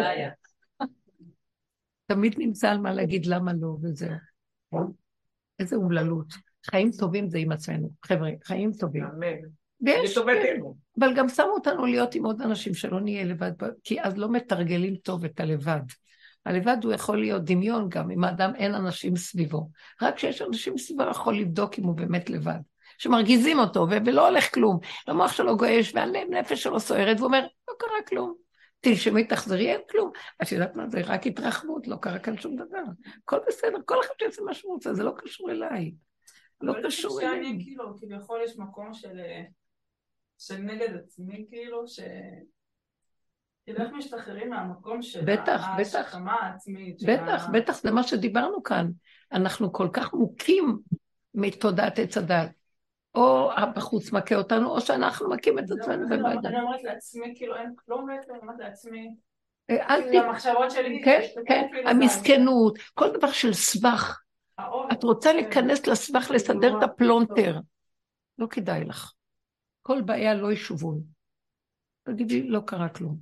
תמיד נמצא על מה להגיד למה לא, וזהו. איזה אומללות. חיים טובים זה עם עצמנו. חבר'ה, חיים טובים. אבל גם שמו אותנו להיות עם עוד אנשים שלא נהיה לבד, כי אז לא מתרגלים טוב את הלבד. הלבד הוא יכול להיות דמיון גם, אם האדם אין אנשים סביבו. רק כשיש אנשים סביבו יכול לבדוק אם הוא באמת לבד. שמרגיזים אותו ולא הולך כלום. המוח שלו גועש והנפש שלו סוערת, והוא אומר, לא קרה כלום. תנשמי, תחזרי, אין כלום. את יודעת מה, זה רק התרחבות, לא קרה כאן שום דבר. הכל בסדר, כל אחד שיעשה מה שהוא רוצה, זה לא קשור אליי. לא קשור אליי. אבל כאילו יכול יש מקום של נגד עצמי, כאילו, איך משתחררים מהמקום של ההשכמה העצמית. בטח, זה מה שדיברנו כאן. אנחנו כל כך מוכים מתודעת עץ הדת. או בחוץ מכה אותנו, או שאנחנו מכים את עצמנו ובאדם. אני אומרת לעצמי, כאילו, אין כלום בעצם, אני אומרת לעצמי. המחשבות שלי. כן, המסכנות, כל דבר של סבך. את רוצה להיכנס לסבך, לסדר את הפלונטר. לא כדאי לך. כל בעיה לא ישובון. תגידי, לא קרה כלום.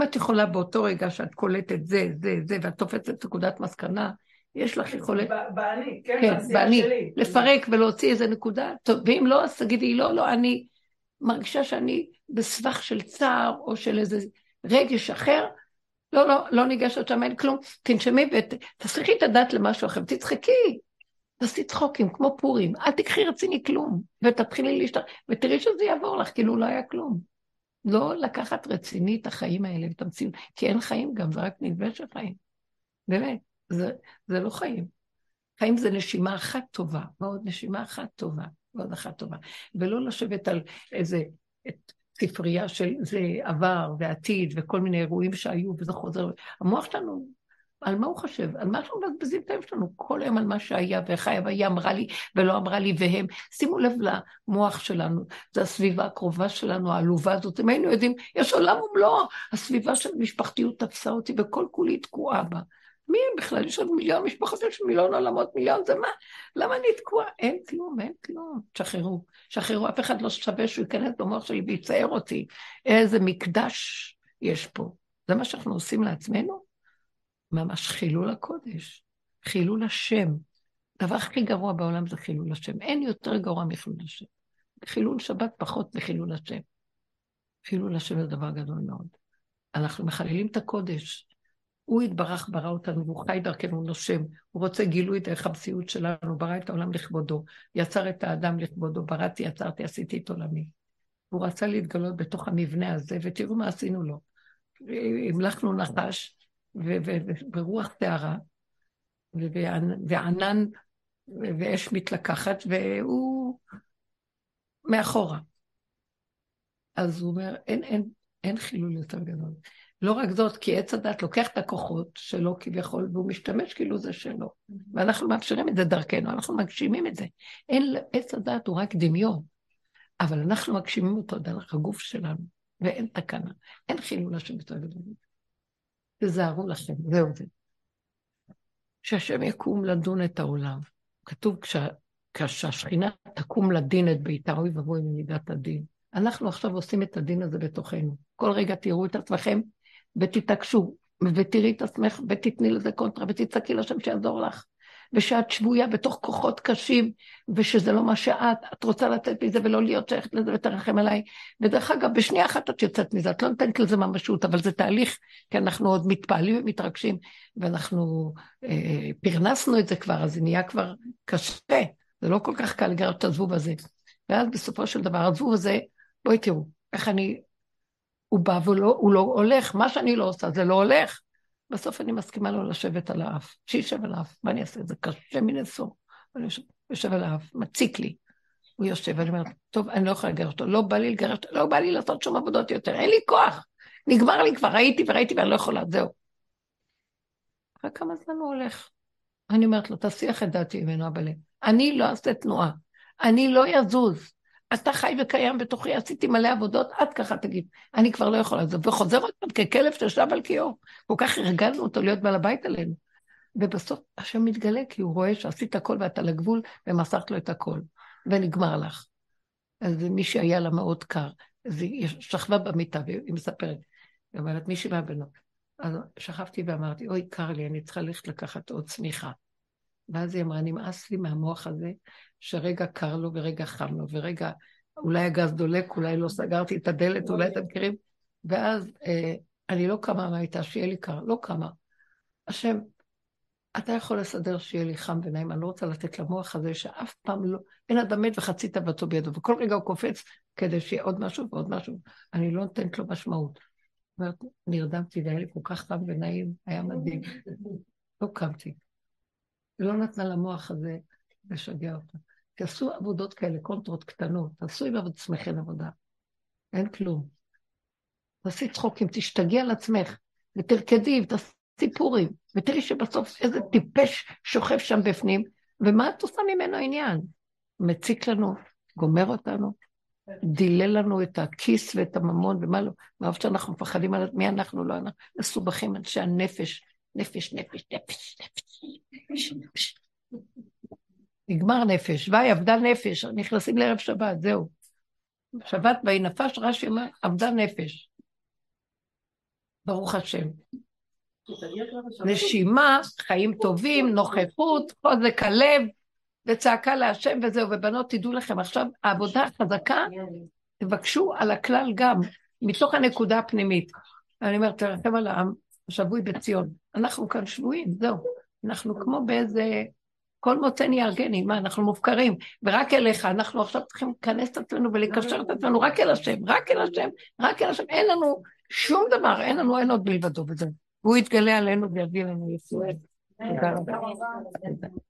את יכולה באותו רגע שאת קולטת זה, ואת תופסת נקודת מסקנה, יש לך יכולת... בעני, כן, כן, בעני, שלי. לפרק ולהוציא איזה נקודה, טוב, ואם לא, אז תגידי, לא, אני מרגישה שאני בסבך של צער, או של איזה רגש אחר, לא ניגשת שם, אין כלום, תנשמי ותסליחי את הדעת למשהו אחר, תצחקי, תעשי צחוקים, כמו פורים, אל תקחי רציני כלום, ותתחילי להשתתף, ותראי שזה יעבור לך, כאילו לא היה כלום. לא לקחת רציני את החיים האלה, את המציאות, כי אין חיים גם, זה רק נדמה של חיים. באמת, זה לא חיים. חיים זה נשימה אחת טובה, ועוד נשימה אחת טובה, ועוד אחת טובה. ולא לשבת על איזה ספרייה של זה עבר ועתיד, וכל מיני אירועים שהיו, וזה חוזר. המוח שלנו, על מה הוא חושב? על מה אנחנו מבזבזים את היום שלנו? כל היום על מה שהיה, וחיה, והיא אמרה לי, ולא אמרה לי, והם. שימו לב למוח שלנו, זה הסביבה הקרובה שלנו, העלובה הזאת. אם היינו יודעים, יש עולם ומלואו, הסביבה של משפחתיות תפסה אותי, וכל כולי תקועה בה. מי הם בכלל? יש עוד מיליון משפחות, יש מיליון עולמות, מיליון, זה מה? למה אני תקועה? אין כלום. שחררו, אף אחד לא שווה שהוא ייכנס במוח שלי ויצייר אותי. איזה מקדש יש פה. זה מה שאנחנו עושים לעצמנו? ממש חילול הקודש, חילול השם. דבר הכי גרוע בעולם זה חילול השם. אין יותר גרוע מחילול השם. חילול שבת פחות מחילול השם. חילול השם זה דבר גדול מאוד. אנחנו מחללים את הקודש. הוא התברך, ברא אותנו, והוא חי דרכנו, הוא נושם. הוא רוצה גילוי דרך המציאות שלנו, ברא את העולם לכבודו, יצר את האדם לכבודו, בראתי, יצרתי, עשיתי את עולמי. הוא רצה להתגלות בתוך המבנה הזה, ותראו מה עשינו לו. המלכנו נחש, וברוח תארה, וענן, ואש מתלקחת, והוא מאחורה. אז הוא אומר, אין חילול יותר גדול. לא רק זאת, כי עץ הדת לוקח את הכוחות שלו כביכול, והוא משתמש כאילו זה שלו. ואנחנו מאפשרים את זה דרכנו, אנחנו מגשימים את זה. עץ הדת הוא רק דמיון, אבל אנחנו מגשימים אותו דרך הגוף שלנו, ואין תקנה, אין חילול השם יותר גדול. תזהרו לכם, זהו זה. שהשם יקום לדון את העולם. כתוב כשהשכינה תקום לדין את ביתה, אוי ובואי ממידת הדין. אנחנו עכשיו עושים את הדין הזה בתוכנו. כל רגע תראו את עצמכם ותתעקשו, ותראי את עצמך ותתני לזה קונטרה, ותצעקי לשם שיעזור לך. ושאת שבויה בתוך כוחות קשים, ושזה לא מה את רוצה לתת מזה ולא להיות שייכת לזה ותרחם עליי. ודרך אגב, בשנייה אחת את יוצאת מזה, את לא נותנת לזה ממשות, אבל זה תהליך, כי אנחנו עוד מתפעלים ומתרגשים, ואנחנו פרנסנו את זה כבר, אז זה נהיה כבר קשה, זה לא כל כך קל לגרר את הזבוב הזה. ואז בסופו של דבר, הזבוב הזה, בואי תראו, איך הוא בא והוא לא הולך, מה שאני לא עושה, זה לא הולך. בסוף אני מסכימה לו לשבת על האף, שישב על האף, מה אני אעשה? זה קשה מנסו. אני יושב על האף, מציק לי. הוא יושב, ואני אומרת, טוב, אני לא יכולה לגרש אותו, לא בא לי לגרש אותו, לא בא לי לעשות שום עבודות יותר, אין לי כוח. נגמר לי כבר, ראיתי ואני לא יכולה, זהו. אחרי כמה זמן הוא הולך? אני אומרת לו, תסיח את דעתי ממנו, אבל אני לא אעשה תנועה, אני לא יזוז. אתה חי וקיים בתוכי, עשיתי מלא עבודות, עד ככה תגיד, אני כבר לא יכולה לזה, וחוזר אותם ככלב ששב על קיור, כל כך הרגלנו אותו להיות בעל הבית עלינו, ובסוף השם מתגלה, כי הוא רואה שעשית הכל ואתה לגבול, ומסרת לו את הכל, ונגמר לך. אז מי שהיה לה מאוד קר, אז היא שכבה במיטה, והיא מספרת, היא אומרת, מישהי מהבנות, אז שכבתי ואמרתי, אוי, קר לי, אני צריכה ללכת לקחת עוד צמיחה. ואז היא אמרה, נמאס לי מהמוח הזה, שרגע קר לו ורגע חם לו, ורגע אולי הגז דולק, אולי לא סגרתי את הדלת, אולי אתם מכירים, ואז אני לא קמה מהייתה, שיהיה לי קר, לא קמה. השם, אתה יכול לסדר שיהיה לי חם ונעים, אני לא רוצה לתת למוח הזה, שאף פעם לא, אין אדם מת וחצי תאוותו בידו, וכל רגע הוא קופץ כדי שיהיה עוד משהו ועוד משהו, אני לא נותנת לו משמעות. נרדמתי והיה לי כל כך חם ונעים, היה מדהים. לא קמתי. לא נתנה למוח הזה לשגע אותה. תעשו עבודות כאלה, קונטרות קטנות, תעשו עם עצמכם עבודה. אין כלום. תעשי צחוקים, תשתגע על עצמך, ותרקדי, ותעשי פורים, ותראי שבסוף איזה טיפש שוכב שם בפנים, ומה את עושה ממנו עניין? מציק לנו, גומר אותנו, דילל לנו את הכיס ואת הממון, ומה לא, ואף שאנחנו מפחדים על מי אנחנו לא, אנחנו מסובכים אנשי הנפש, נפש. נגמר נפש, והי עבדה נפש, נכנסים לערב שבת, זהו. שבת בי נפש רש"י אומר, עבדה נפש. ברוך השם. נשימה, חיים טובים, נוכחות, חוזק הלב, וצעקה להשם וזהו, ובנות תדעו לכם, עכשיו העבודה החזקה, תבקשו על הכלל גם, מתוך הנקודה הפנימית. אני אומרת, תרחם על העם, שבוי בציון, אנחנו כאן שבויים, זהו, אנחנו כמו באיזה, כל מוצאני ירגני, מה, אנחנו מופקרים, ורק אליך, אנחנו עכשיו צריכים לכנס את עצמנו ולקשר את עצמנו, רק אל השם, רק אל השם, רק אל השם, אין לנו שום דבר, אין לנו אין עוד בלבדו בזה, והוא יתגלה עלינו ויביא לנו יסוד. תודה רבה.